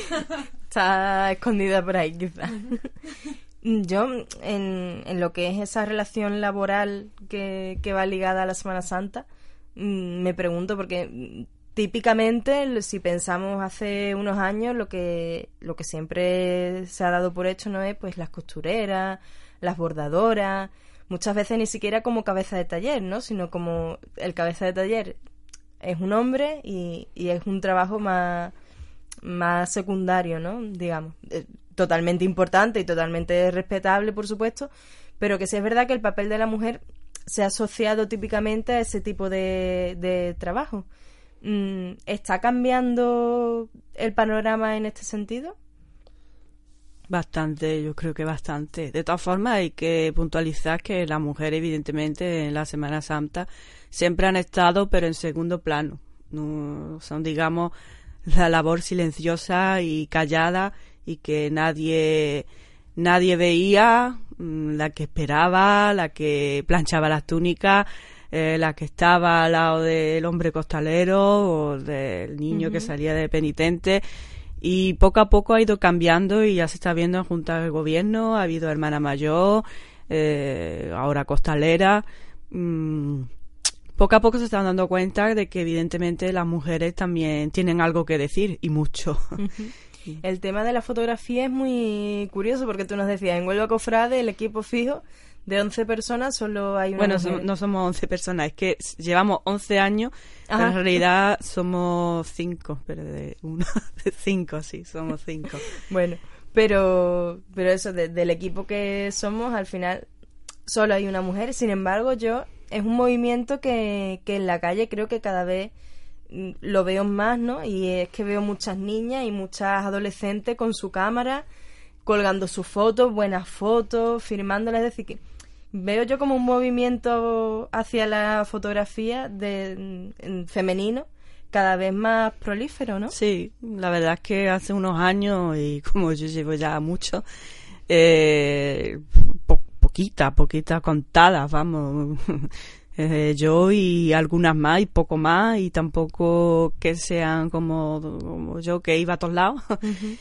Está escondida por ahí, quizás. Uh-huh. Yo, en, en lo que es esa relación laboral que, que va ligada a la Semana Santa, me pregunto, porque típicamente, si pensamos hace unos años, lo que lo que siempre se ha dado por hecho no es pues las costureras, las bordadoras, muchas veces ni siquiera como cabeza de taller, ¿no? Sino como el cabeza de taller es un hombre y, y es un trabajo más, más secundario, ¿no? Digamos, eh, totalmente importante y totalmente respetable, por supuesto, pero que sí es verdad que el papel de la mujer se ha asociado típicamente a ese tipo de, de trabajo. ¿Está cambiando el panorama en este sentido? Bastante, yo creo que bastante. De todas formas, hay que puntualizar que las mujeres, evidentemente, en la Semana Santa siempre han estado, pero en segundo plano. No, son, digamos, la labor silenciosa y callada y que nadie... Nadie veía, la que esperaba, la que planchaba las túnicas, eh, la que estaba al lado del hombre costalero o del niño uh-huh. que salía de penitente. Y poco a poco ha ido cambiando y ya se está viendo en Junta de Gobierno, ha habido hermana mayor, eh, ahora costalera. Mm, poco a poco se están dando cuenta de que evidentemente las mujeres también tienen algo que decir y mucho. Uh-huh. El tema de la fotografía es muy curioso porque tú nos decías, en Huelva Cofrade el equipo fijo de once personas solo hay una Bueno, mujer. So, no somos once personas, es que llevamos once años, Ajá. pero en realidad somos cinco, pero de uno, de cinco, sí, somos cinco. Bueno, pero pero eso, de, del equipo que somos, al final solo hay una mujer. Sin embargo, yo es un movimiento que, que en la calle creo que cada vez lo veo más, ¿no? Y es que veo muchas niñas y muchas adolescentes con su cámara colgando sus fotos, buenas fotos, firmándolas. Es decir, que veo yo como un movimiento hacia la fotografía de en femenino cada vez más prolífero, ¿no? Sí, la verdad es que hace unos años, y como yo llevo ya mucho, eh, po- poquita, poquita contada, vamos... Eh, yo y algunas más y poco más, y tampoco que sean como, como yo, que iba a todos lados. Uh-huh.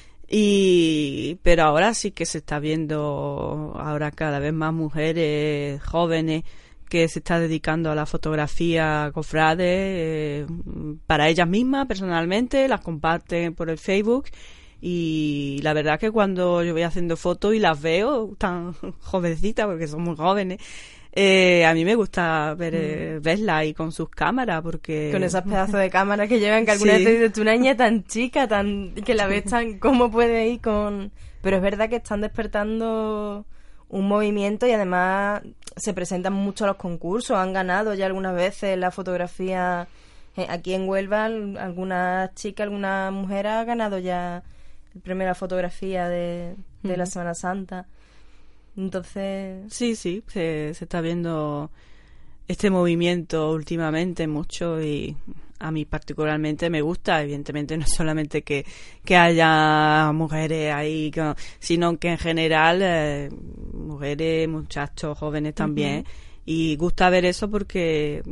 y pero ahora sí que se está viendo ahora cada vez más mujeres jóvenes que se están dedicando a la fotografía cofrade, eh, para ellas mismas personalmente, las comparten por el Facebook Y la verdad que cuando yo voy haciendo fotos y las veo tan jovencitas, porque son muy jóvenes, eh, a mí me gusta ver, eh, verlas ahí con sus cámaras, porque... Con esos pedazos de cámara que llevan, que alguna Sí. vez te dices, tú una niña tan chica, tan que la ves tan... ¿Cómo puede ir con...? Pero es verdad que están despertando un movimiento y además se presentan mucho a los concursos, han ganado ya algunas veces la fotografía... Eh, aquí en Huelva, alguna chica, alguna mujer ha ganado ya el premio a la fotografía de, de la Semana Santa. Entonces... Sí, sí, se, se está viendo este movimiento últimamente mucho y a mí particularmente me gusta. Evidentemente no solamente que, que haya mujeres ahí, que- sino que en general eh, mujeres, muchachos, jóvenes también. Uh-huh. Y gusta ver eso porque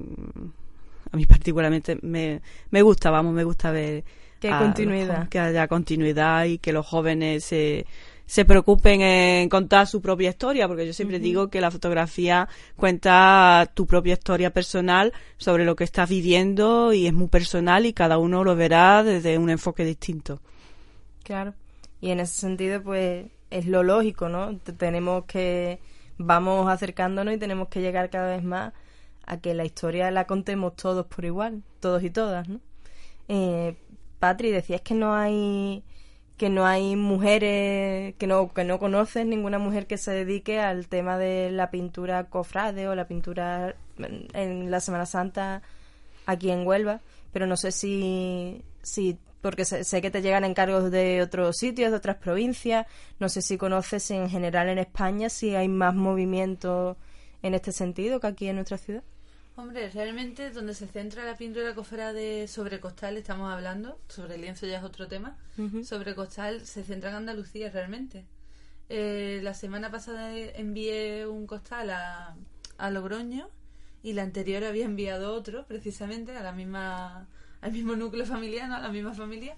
a mí particularmente me, me gusta, vamos, me gusta ver que hay continuidad, que haya continuidad y que los jóvenes se, se preocupen en contar su propia historia, porque yo siempre uh-huh. digo que la fotografía cuenta tu propia historia personal sobre lo que estás viviendo y es muy personal y cada uno lo verá desde un enfoque distinto. Claro, y en ese sentido pues es lo lógico, ¿no? Tenemos que, vamos acercándonos y tenemos que llegar cada vez más a que la historia la contemos todos por igual, todos y todas, ¿no? Eh, Patri, decías que no hay que no hay mujeres, que no que no conoces ninguna mujer que se dedique al tema de la pintura cofrade o la pintura en la Semana Santa aquí en Huelva, pero no sé si si porque sé, sé que te llegan encargos de otros sitios, de otras provincias, no sé si conoces si en general en España si hay más movimiento en este sentido que aquí en nuestra ciudad. Hombre, realmente donde se centra la pintura cofrade sobre costal, estamos hablando, sobre lienzo ya es otro tema, uh-huh. sobre costal se centra en Andalucía realmente. Eh, la semana pasada envié un costal a, a Logroño y la anterior había enviado otro, precisamente, a la misma, al mismo núcleo familiar, ¿no? A la misma familia,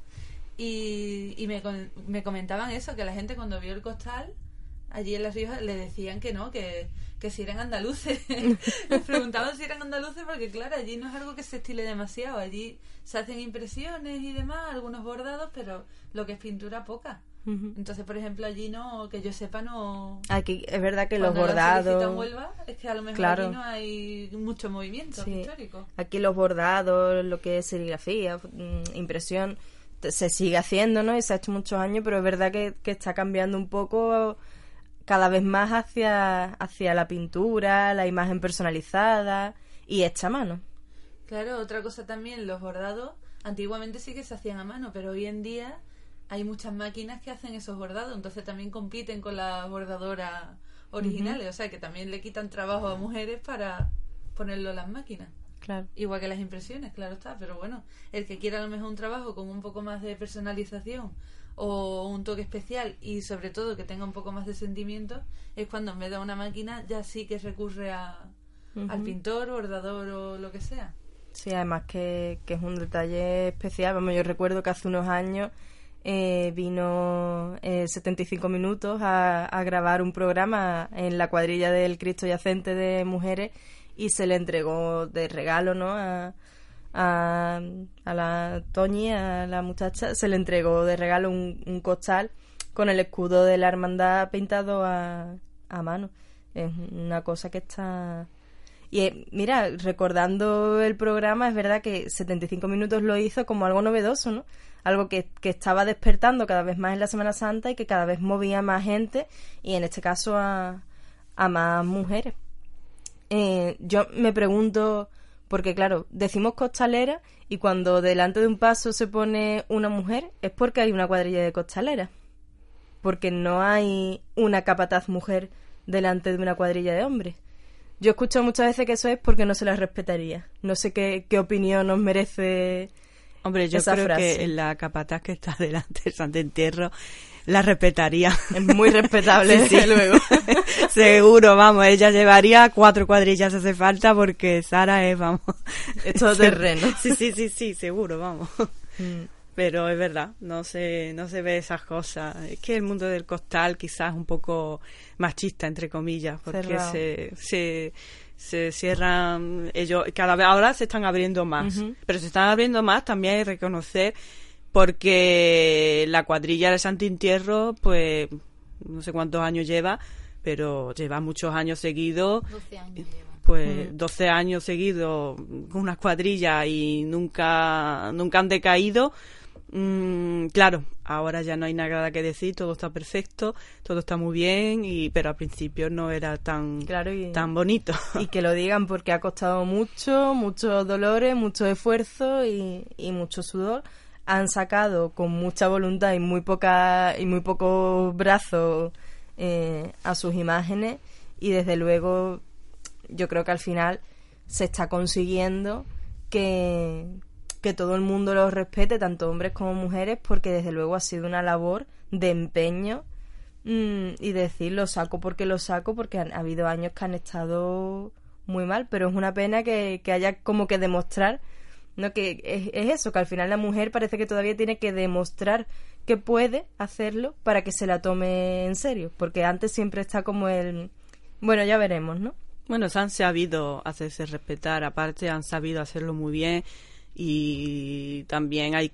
y, y me, me comentaban eso, que la gente cuando vio el costal allí en La Rioja le decían que no, que, que si eran andaluces. Les preguntaban si eran andaluces porque, claro, allí no es algo que se estile demasiado. Allí se hacen impresiones y demás, algunos bordados, pero lo que es pintura, poca. Uh-huh. Entonces, por ejemplo, allí no, que yo sepa, no... Aquí es verdad que los Cuando bordados... en Huelva, es que a lo mejor claro. allí no hay mucho movimiento sí. histórico. Aquí los bordados, lo que es serigrafía, impresión, se sigue haciendo, ¿no? Y se ha hecho muchos años, pero es verdad que, que está cambiando un poco... cada vez más hacia, hacia la pintura, la imagen personalizada y hecha a mano. Claro, otra cosa también, los bordados, antiguamente sí que se hacían a mano, pero hoy en día hay muchas máquinas que hacen esos bordados, entonces también compiten con las bordadoras originales, uh-huh. o sea que también le quitan trabajo a mujeres para ponerlo en las máquinas. Claro. Igual que las impresiones, claro está, pero bueno, el que quiera a lo mejor un trabajo con un poco más de personalización o un toque especial y sobre todo que tenga un poco más de sentimiento, es cuando en vez de una máquina ya sí que recurre a, uh-huh. al pintor, bordador o lo que sea. Sí, además que, que es un detalle especial. Vamos, yo recuerdo que hace unos años eh, vino eh, setenta y cinco minutos a, a grabar un programa en la cuadrilla del Cristo Yacente de mujeres y se le entregó de regalo, ¿no? A, A, a la Toñi, a la muchacha, se le entregó de regalo un, un costal con el escudo de la hermandad pintado a, a mano. Es una cosa que está... Y eh, mira, recordando el programa, es verdad que setenta y cinco minutos lo hizo como algo novedoso, ¿no? Algo que, que estaba despertando cada vez más en la Semana Santa y que cada vez movía más gente y en este caso a, a más mujeres. Eh, yo me pregunto... Porque, claro, decimos costalera y cuando delante de un paso se pone una mujer es porque hay una cuadrilla de costaleras. Porque no hay una capataz mujer delante de una cuadrilla de hombres. Yo he escuchado muchas veces que eso es porque no se las respetaría. No sé qué, qué opinión nos merece. Hombre, yo esa creo frase. Que la capataz que está delante del Santo Entierro la respetaría. Es muy respetable, sí, desde sí. luego. Seguro, vamos, ella llevaría cuatro cuadrillas si hace falta porque Sara es, vamos... Es todo terreno. Sí, sí, sí, sí, seguro, vamos. Mm. Pero es verdad, no se, no se ve esas cosas. Es que el mundo del costal quizás es un poco machista, entre comillas, porque se, se, se cierran ellos, cada vez ahora se están abriendo más. Uh-huh. Pero se están abriendo más, también hay que reconocer porque la cuadrilla de Santo Entierro, pues no sé cuántos años lleva, pero lleva muchos años seguidos. doce años lleva. Pues doce años seguidos con unas cuadrillas y nunca, nunca han decaído. Mm, claro, ahora ya no hay nada que decir, todo está perfecto, todo está muy bien, y pero al principio no era tan, claro, y, tan bonito. Y que lo digan porque ha costado mucho, muchos dolores, mucho esfuerzo y, y mucho sudor. Han sacado con mucha voluntad y muy poca y muy pocos brazos eh, a sus imágenes, y desde luego yo creo que al final se está consiguiendo que que todo el mundo los respete, tanto hombres como mujeres, porque desde luego ha sido una labor de empeño mmm, y decir lo saco porque lo saco, porque han, ha habido años que han estado muy mal, pero es una pena que, que haya como que demostrar, ¿no? Que es, es eso, que al final la mujer parece que todavía tiene que demostrar que puede hacerlo para que se la tome en serio, porque antes siempre está como el, bueno, ya veremos, ¿no? Bueno, se han sabido hacerse respetar, aparte han sabido hacerlo muy bien. Y también hay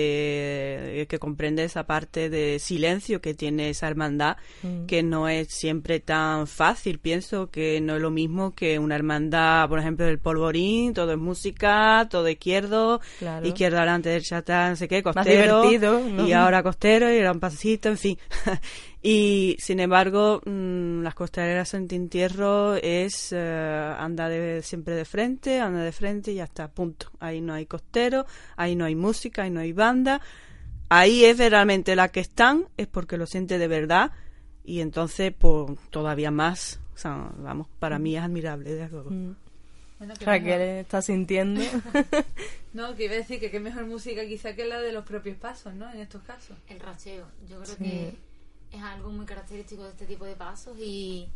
que, hay que comprender esa parte de silencio que tiene esa hermandad, mm. que no es siempre tan fácil. Pienso que no es lo mismo que una hermandad, por ejemplo, del Polvorín, todo es música, todo izquierdo, claro. Izquierdo delante del chatán, no sé qué, costero, más divertido, ¿no? Y ahora costero, y era un pasito, en fin. Y sin embargo, mmm, las costareras Santo Entierro es uh, anda de, siempre de frente, anda de frente y ya está, punto. Ahí no hay costero, ahí no hay música, ahí no hay banda. Ahí es realmente la que están, es porque lo siente de verdad, y entonces pues todavía más, o sea, vamos, para mí es admirable, de luego. Mm. Bueno, Raquel está sintiendo. No, que iba a decir que qué mejor música quizá que la de los propios pasos, ¿no? En estos casos. El racheo, yo creo sí. que es algo muy característico de este tipo de pasos, y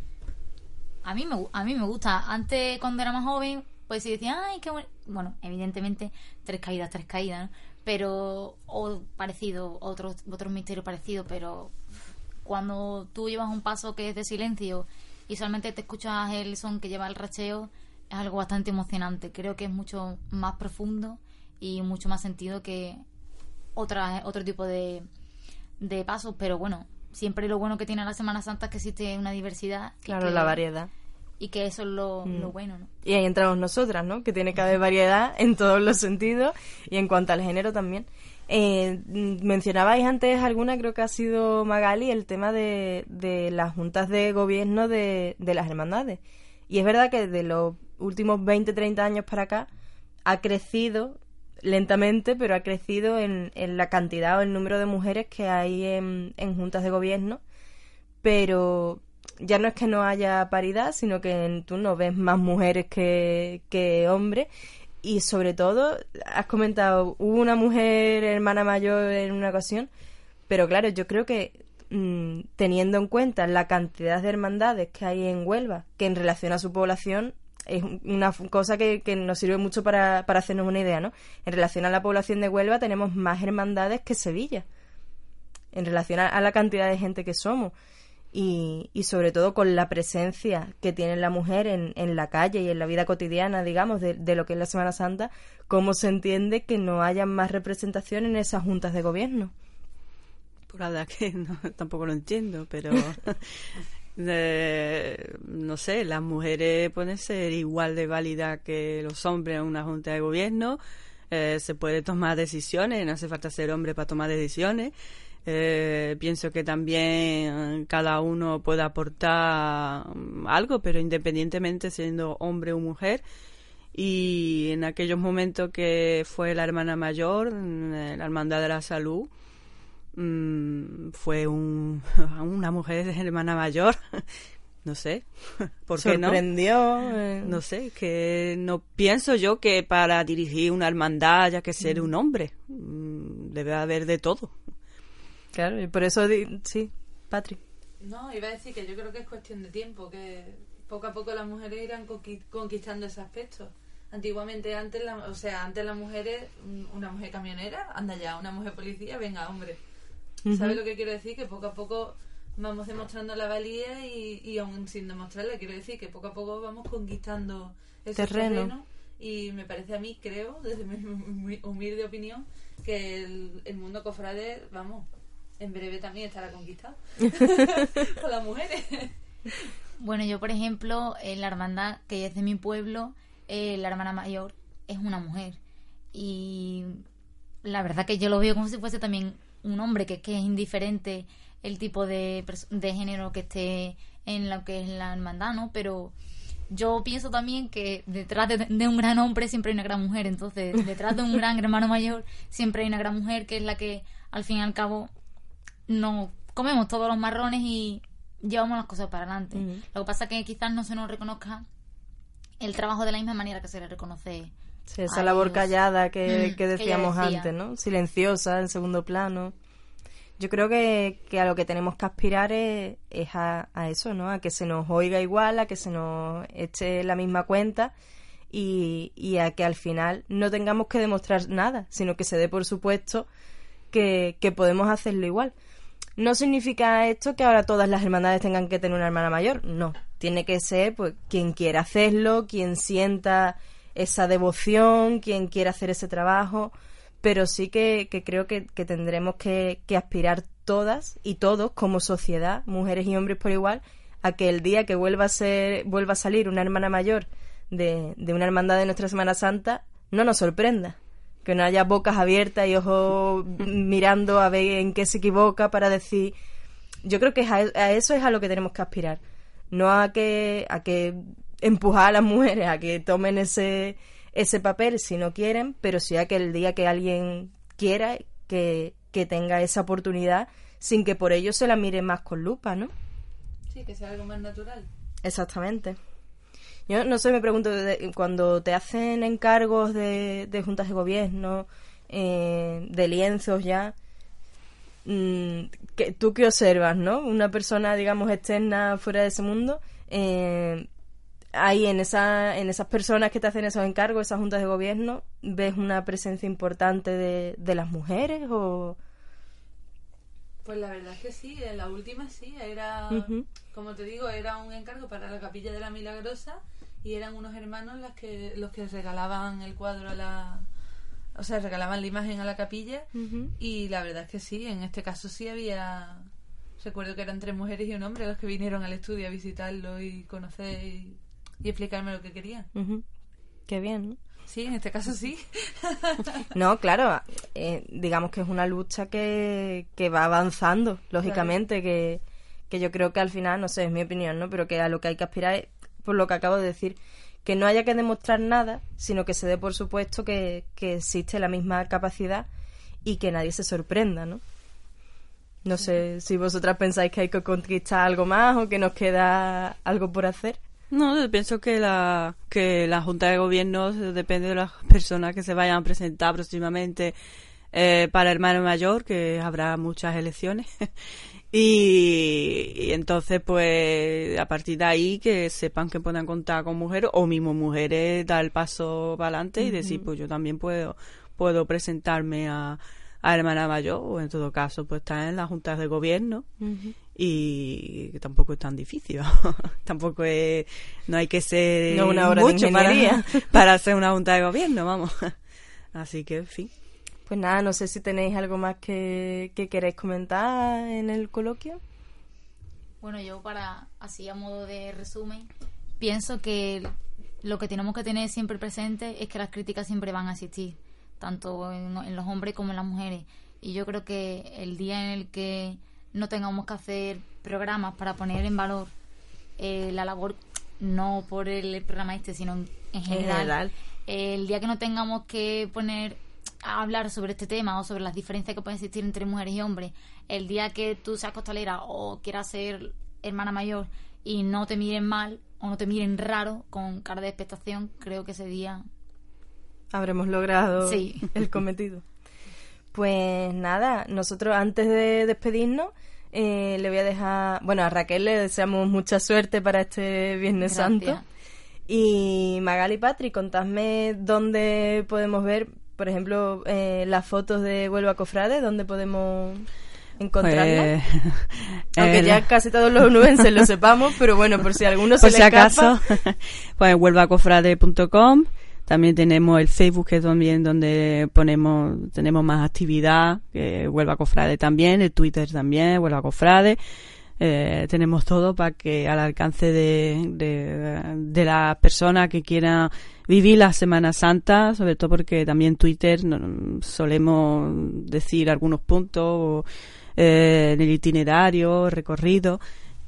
a mí me a mí me gusta. Antes, cuando era más joven, pues si decía, ay, qué bueno, bueno, evidentemente tres caídas, tres caídas, ¿no? Pero o parecido, otros otros misterios parecidos, pero cuando tú llevas un paso que es de silencio y solamente te escuchas el son que lleva el racheo, es algo bastante emocionante. Creo que es mucho más profundo y mucho más sentido que otra otro tipo de de pasos, pero bueno, siempre lo bueno que tiene la Semana Santa es que existe una diversidad. Claro, que, la variedad. Y que eso es lo, mm. lo bueno, ¿no? Y ahí entramos nosotras, ¿no? Que tiene que haber variedad en todos los sentidos y en cuanto al género también. Eh, mencionabais antes alguna, creo que ha sido Magali, el tema de, de las juntas de gobierno de, de las hermandades. Y es verdad que de los últimos veinte, treinta años para acá ha crecido lentamente, pero ha crecido en, en la cantidad o el número de mujeres que hay en, en juntas de gobierno, pero ya no es que no haya paridad, sino que en, tú no ves más mujeres que, que hombres, y sobre todo, has comentado, hubo una mujer hermana mayor en una ocasión, pero claro, yo creo que mmm, teniendo en cuenta la cantidad de hermandades que hay en Huelva, que en relación a su población es una cosa que, que nos sirve mucho para, para hacernos una idea, ¿no? En relación a la población de Huelva tenemos más hermandades que Sevilla, en relación a, a la cantidad de gente que somos, y, y sobre todo con la presencia que tiene la mujer en, en la calle y en la vida cotidiana, digamos, de, de lo que es la Semana Santa, ¿cómo se entiende que no haya más representación en esas juntas de gobierno? Pues la verdad que no, tampoco lo entiendo, pero... Eh, no sé, las mujeres pueden ser igual de válidas que los hombres en una junta de gobierno, eh, se puede tomar decisiones, no hace falta ser hombre para tomar decisiones. Eh, pienso que también cada uno puede aportar algo, pero independientemente siendo hombre o mujer. Y en aquellos momentos que fue la hermana mayor, la Hermandad de la Salud, fue un, una mujer hermana mayor, no sé, ¿por qué no? Sorprendió. Eh. No sé, que no pienso yo que para dirigir una hermandad haya que ser mm. un hombre, debe haber de todo. Claro, y por eso, di- sí, Patrick. No, iba a decir que yo creo que es cuestión de tiempo, que poco a poco las mujeres irán conquistando ese aspecto. Antiguamente, antes, la, o sea, antes las mujeres, una mujer camionera, anda ya, una mujer policía, venga, hombre. ¿Sabes uh-huh. lo que quiero decir? Que poco a poco vamos demostrando la valía y, y aún sin demostrarla, quiero decir que poco a poco vamos conquistando ese terreno. terreno y me parece a mí, creo, desde mi, mi humilde opinión, que el, el mundo cofrade, vamos, en breve también estará conquistado por las mujeres. Bueno, yo por ejemplo, en la hermandad que es de mi pueblo, eh, la hermana mayor es una mujer, y la verdad que yo lo veo como si fuese también un hombre, que, que es indiferente el tipo de, de género que esté en lo que es la hermandad, ¿no? Pero yo pienso también que detrás de, de un gran hombre siempre hay una gran mujer, entonces detrás de un gran hermano mayor siempre hay una gran mujer, que es la que al fin y al cabo nos comemos todos los marrones y llevamos las cosas para adelante. Uh-huh. Lo que pasa es que quizás no se nos reconozca el trabajo de la misma manera que se le reconoce. Sí, esa labor ellos. Callada que, mm, que decíamos que decía. antes, ¿no? Silenciosa, en segundo plano. Yo creo que, que a lo que tenemos que aspirar es, es a, a eso, ¿no? A que se nos oiga igual, a que se nos eche la misma cuenta y, y a que al final no tengamos que demostrar nada, sino que se dé por supuesto que, que podemos hacerlo igual. No significa esto que ahora todas las hermandades tengan que tener una hermana mayor, no. Tiene que ser pues quien quiera hacerlo, quien sienta esa devoción, quien quiera hacer ese trabajo, pero sí que, que creo que, que tendremos que, que aspirar todas y todos como sociedad, mujeres y hombres por igual, a que el día que vuelva a ser, vuelva a salir una hermana mayor de, de una hermandad de nuestra Semana Santa, no nos sorprenda. Que no haya bocas abiertas y ojos mirando a ver en qué se equivoca para decir... Yo creo que a, a eso es a lo que tenemos que aspirar. No a que a que empujar a las mujeres a que tomen ese ese papel si no quieren, pero sí a que el día que alguien quiera, que, que tenga esa oportunidad sin que por ello se la mire más con lupa, ¿no? Sí, que sea algo más natural. Exactamente. Yo no sé, me pregunto, de, cuando te hacen encargos de, de juntas de gobierno, eh, de lienzos ya, mmm, que, ¿tú qué observas, no? Una persona, digamos, externa fuera de ese mundo, eh, ahí en, esa, en esas personas que te hacen esos encargos, esas juntas de gobierno, ¿ves una presencia importante de, de las mujeres o...? Pues la verdad es que sí, en la última sí, era, uh-huh. como te digo, era un encargo para la Capilla de la Milagrosa y eran unos hermanos los que los que regalaban el cuadro a la... O sea, regalaban la imagen a la capilla uh-huh. y la verdad es que sí, en este caso sí había... Recuerdo que eran tres mujeres y un hombre los que vinieron al estudio a visitarlo y conocer y, y explicarme lo que querían. Uh-huh. Qué bien, ¿no? Sí, en este caso sí. No, claro, eh, digamos que es una lucha que, que va avanzando, lógicamente, claro. que, que yo creo que al final, no sé, es mi opinión, ¿no? Pero que a lo que hay que aspirar es, por lo que acabo de decir, que no haya que demostrar nada, sino que se dé por supuesto que, que existe la misma capacidad y que nadie se sorprenda, ¿no? No sí. sé si vosotras pensáis que hay que conquistar algo más o que nos queda algo por hacer. No, yo pienso que la que la Junta de Gobierno depende de las personas que se vayan a presentar próximamente eh, para hermano mayor, que habrá muchas elecciones. y, y entonces, pues, a partir de ahí, que sepan que puedan contar con mujeres, o mismo mujeres, dar el paso para adelante uh-huh. y decir, pues yo también puedo puedo presentarme a, a hermana mayor, o en todo caso, pues estar en las juntas de gobierno. Uh-huh. Y que tampoco es tan difícil. Tampoco es... No hay que ser no una obra mucho de para, ingeniería. para hacer una junta de gobierno, vamos. Así que, en fin. Pues nada, no sé si tenéis algo más que, que queréis comentar en el coloquio. Bueno, yo para, así a modo de resumen, pienso que lo que tenemos que tener siempre presente es que las críticas siempre van a existir, tanto en, en los hombres como en las mujeres. Y yo creo que el día en el que no tengamos que hacer programas para poner en valor eh, la labor, no por el programa este, sino en, en general, en general. Eh, el día que no tengamos que poner a hablar sobre este tema o sobre las diferencias que pueden existir entre mujeres y hombres, el día que tú seas costalera o quieras ser hermana mayor y no te miren mal o no te miren raro con cara de expectación, creo que ese día habremos logrado sí. el cometido. Pues nada, nosotros antes de despedirnos eh, le voy a dejar, bueno, a Raquel le deseamos mucha suerte para este Viernes Gracias. Santo. Y Magali y Patri, contadme dónde podemos ver, por ejemplo, eh, las fotos de Huelva Cofrade, dónde podemos encontrarlas. Pues, Aunque el... ya casi todos los onubenses lo sepamos, pero bueno, por si alguno por se si le acaso, escapa. pues huelva cofrade punto com, También tenemos el Facebook, que es también donde ponemos, tenemos más actividad, que Huelva Cofrade también, el Twitter también, Huelva Cofrade. Eh, tenemos todo para que al alcance de, de, de las personas que quieran vivir la Semana Santa, sobre todo porque también Twitter no, solemos decir algunos puntos o, eh, en el itinerario, recorrido,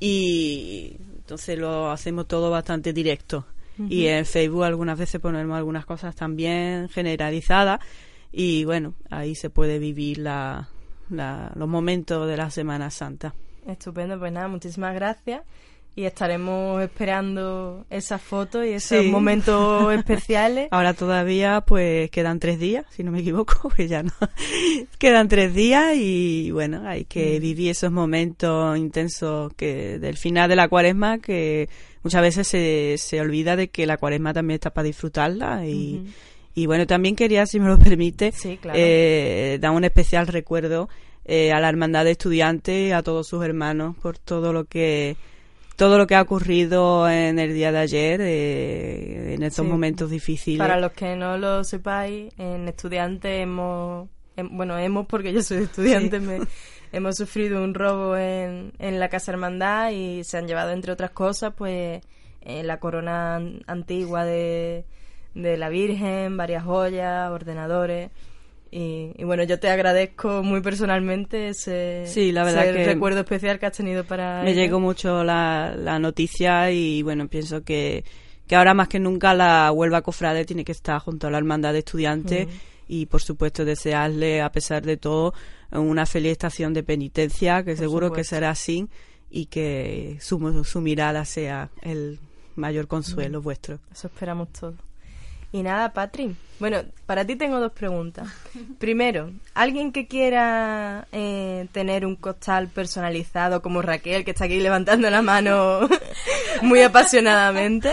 y entonces lo hacemos todo bastante directo. Uh-huh. Y en Facebook algunas veces ponemos algunas cosas también generalizadas, y bueno, ahí se puede vivir la, la, los momentos de la Semana Santa. Estupendo, pues nada, muchísimas gracias y estaremos esperando esas fotos y esos sí. momentos especiales. Ahora todavía pues quedan tres días, si no me equivoco, pues ya no. Quedan tres días y bueno, hay que mm. vivir esos momentos intensos que del final de la Cuaresma, que muchas veces se, se olvida de que la Cuaresma también está para disfrutarla y, uh-huh. y bueno, también quería, si me lo permite, sí, claro. eh, dar un especial recuerdo Eh, a la hermandad de estudiantes, a todos sus hermanos, por todo lo que todo lo que ha ocurrido en el día de ayer, eh, en estos sí. momentos difíciles. Para los que no lo sepáis, en estudiantes hemos, em, bueno, hemos porque yo soy estudiante, sí. me, hemos sufrido un robo en, en la Casa Hermandad y se han llevado, entre otras cosas, pues eh, la corona antigua de, de la Virgen, varias joyas, ordenadores. Y, y bueno, yo te agradezco muy personalmente ese, sí, la verdad ese que recuerdo especial que has tenido para me ella. Llegó mucho la, la noticia y bueno, pienso que, que ahora más que nunca la Huelva Cofrade tiene que estar junto a la hermandad de estudiantes mm. y por supuesto desearle, a pesar de todo, una feliz estación de penitencia, que por seguro supuesto. Que será así y que su, su mirada sea el mayor consuelo mm. vuestro. Eso esperamos todos. Y nada, Patri, bueno, para ti tengo dos preguntas. Primero, alguien que quiera eh, tener un costal personalizado como Raquel, que está aquí levantando la mano muy apasionadamente,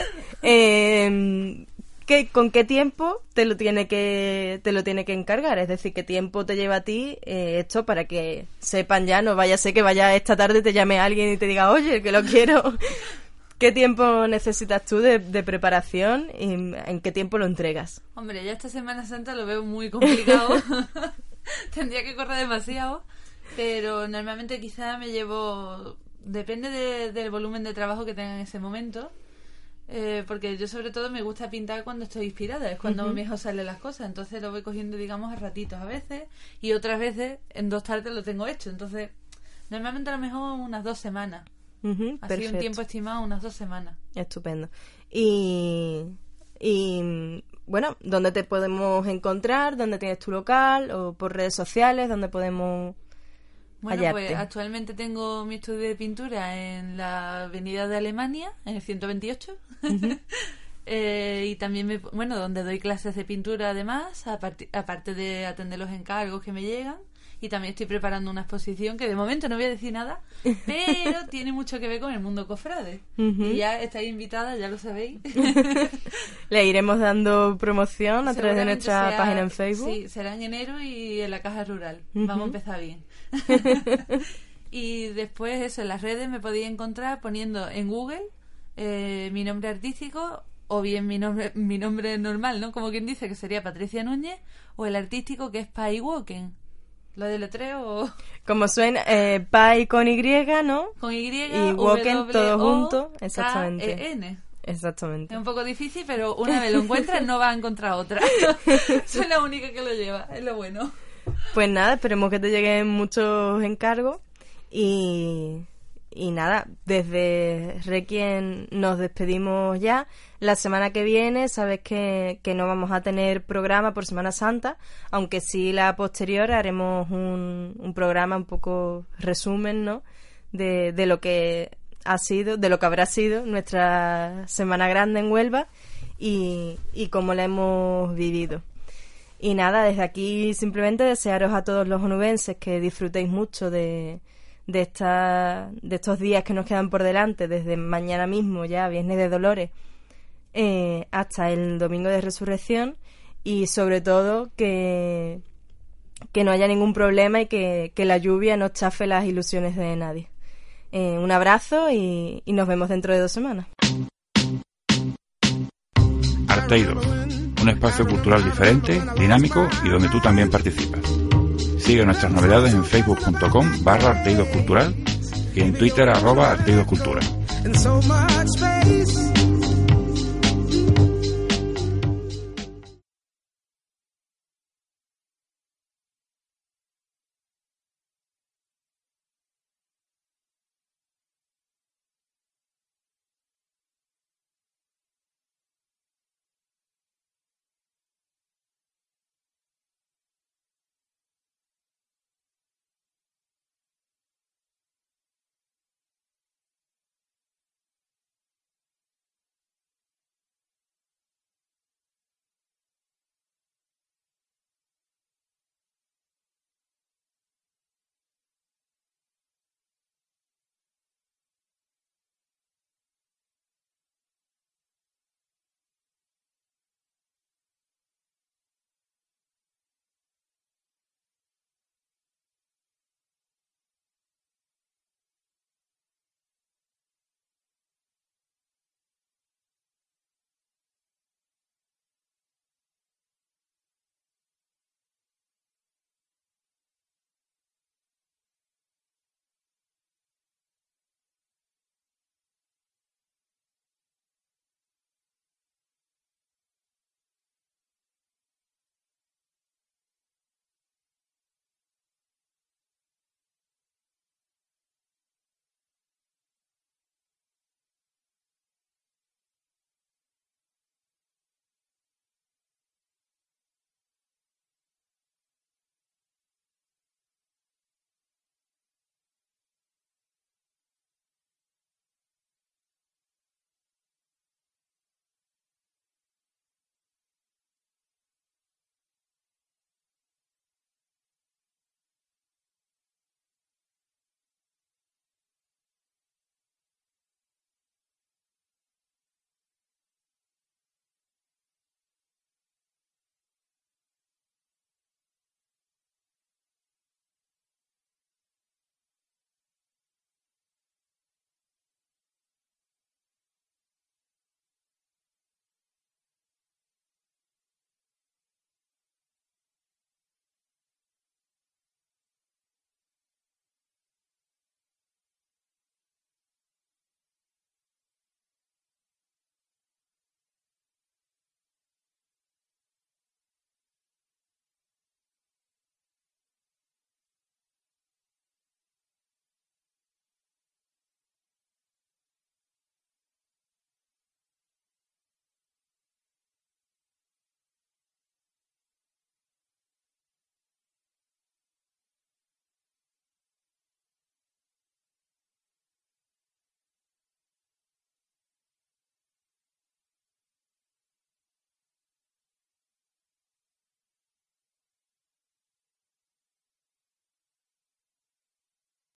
eh, ¿qué, ¿con qué tiempo te lo tiene que te lo tiene que encargar? Es decir, ¿qué tiempo te lleva a ti eh, esto para que sepan ya, no vaya a ser que vaya esta tarde te llame alguien y te diga, oye, que lo quiero... ¿Qué tiempo necesitas tú de, de preparación y en qué tiempo lo entregas? Hombre, ya esta Semana Santa lo veo muy complicado. Tendría que correr demasiado, pero normalmente quizá me llevo... Depende de, del volumen de trabajo que tenga en ese momento, eh, porque yo sobre todo me gusta pintar cuando estoy inspirada, es cuando uh-huh. mejor salen las cosas, entonces lo voy cogiendo, digamos, a ratitos a veces, y otras veces en dos tardes lo tengo hecho, entonces normalmente a lo mejor unas dos semanas. Uh-huh, Así perfecto. Un tiempo estimado, unas dos semanas. Estupendo. Y, y bueno, ¿dónde te podemos encontrar? ¿Dónde tienes tu local? ¿O por redes sociales? ¿Dónde podemos Bueno, hallarte? Pues actualmente tengo mi estudio de pintura en la Avenida de Alemania, en el ciento veintiocho. Uh-huh. eh, y también, me, bueno, donde doy clases de pintura además, aparte, aparte de atender los encargos que me llegan. Y también estoy preparando una exposición que de momento no voy a decir nada, pero tiene mucho que ver con el mundo cofrade. Uh-huh. Y ya estáis invitadas, ya lo sabéis. Le iremos dando promoción a través de nuestra sea, página en Facebook. Sí, será en enero y en la Caja Rural. Uh-huh. Vamos a empezar bien. Y después eso, en las redes me podéis encontrar poniendo en Google eh, mi nombre artístico o bien mi nombre mi nombre normal, ¿no? Como quien dice, que sería Patricia Núñez, o el artístico, que es Pai Walken. ¿Lo deletreo o...? Como suena, eh, Pai con Y, ¿no? Con Y, y Walken todo junto. Exactamente. K E N. Exactamente. Es un poco difícil, pero una vez lo encuentras no vas a encontrar otra. Soy la única que lo lleva, es lo bueno. Pues nada, esperemos que te lleguen muchos encargos y... Y nada, desde Requiem nos despedimos ya. La semana que viene sabes que, que no vamos a tener programa por Semana Santa, aunque sí la posterior haremos un, un programa un poco resumen, ¿no? De, de lo que ha sido, de lo que habrá sido nuestra Semana Grande en Huelva y, y cómo la hemos vivido. Y nada, desde aquí simplemente desearos a todos los onubenses que disfrutéis mucho de... de esta, de estos días que nos quedan por delante, desde mañana mismo ya, Viernes de Dolores, eh, hasta el Domingo de Resurrección, y sobre todo que, que no haya ningún problema y que, que la lluvia no chafe las ilusiones de nadie. Eh, un abrazo y, y nos vemos dentro de dos semanas. Arteidos, un espacio cultural diferente, dinámico y donde tú también participas. Sigue nuestras novedades en facebook.com barra arteidoscultural y en Twitter arroba arteidoscultura. And so much space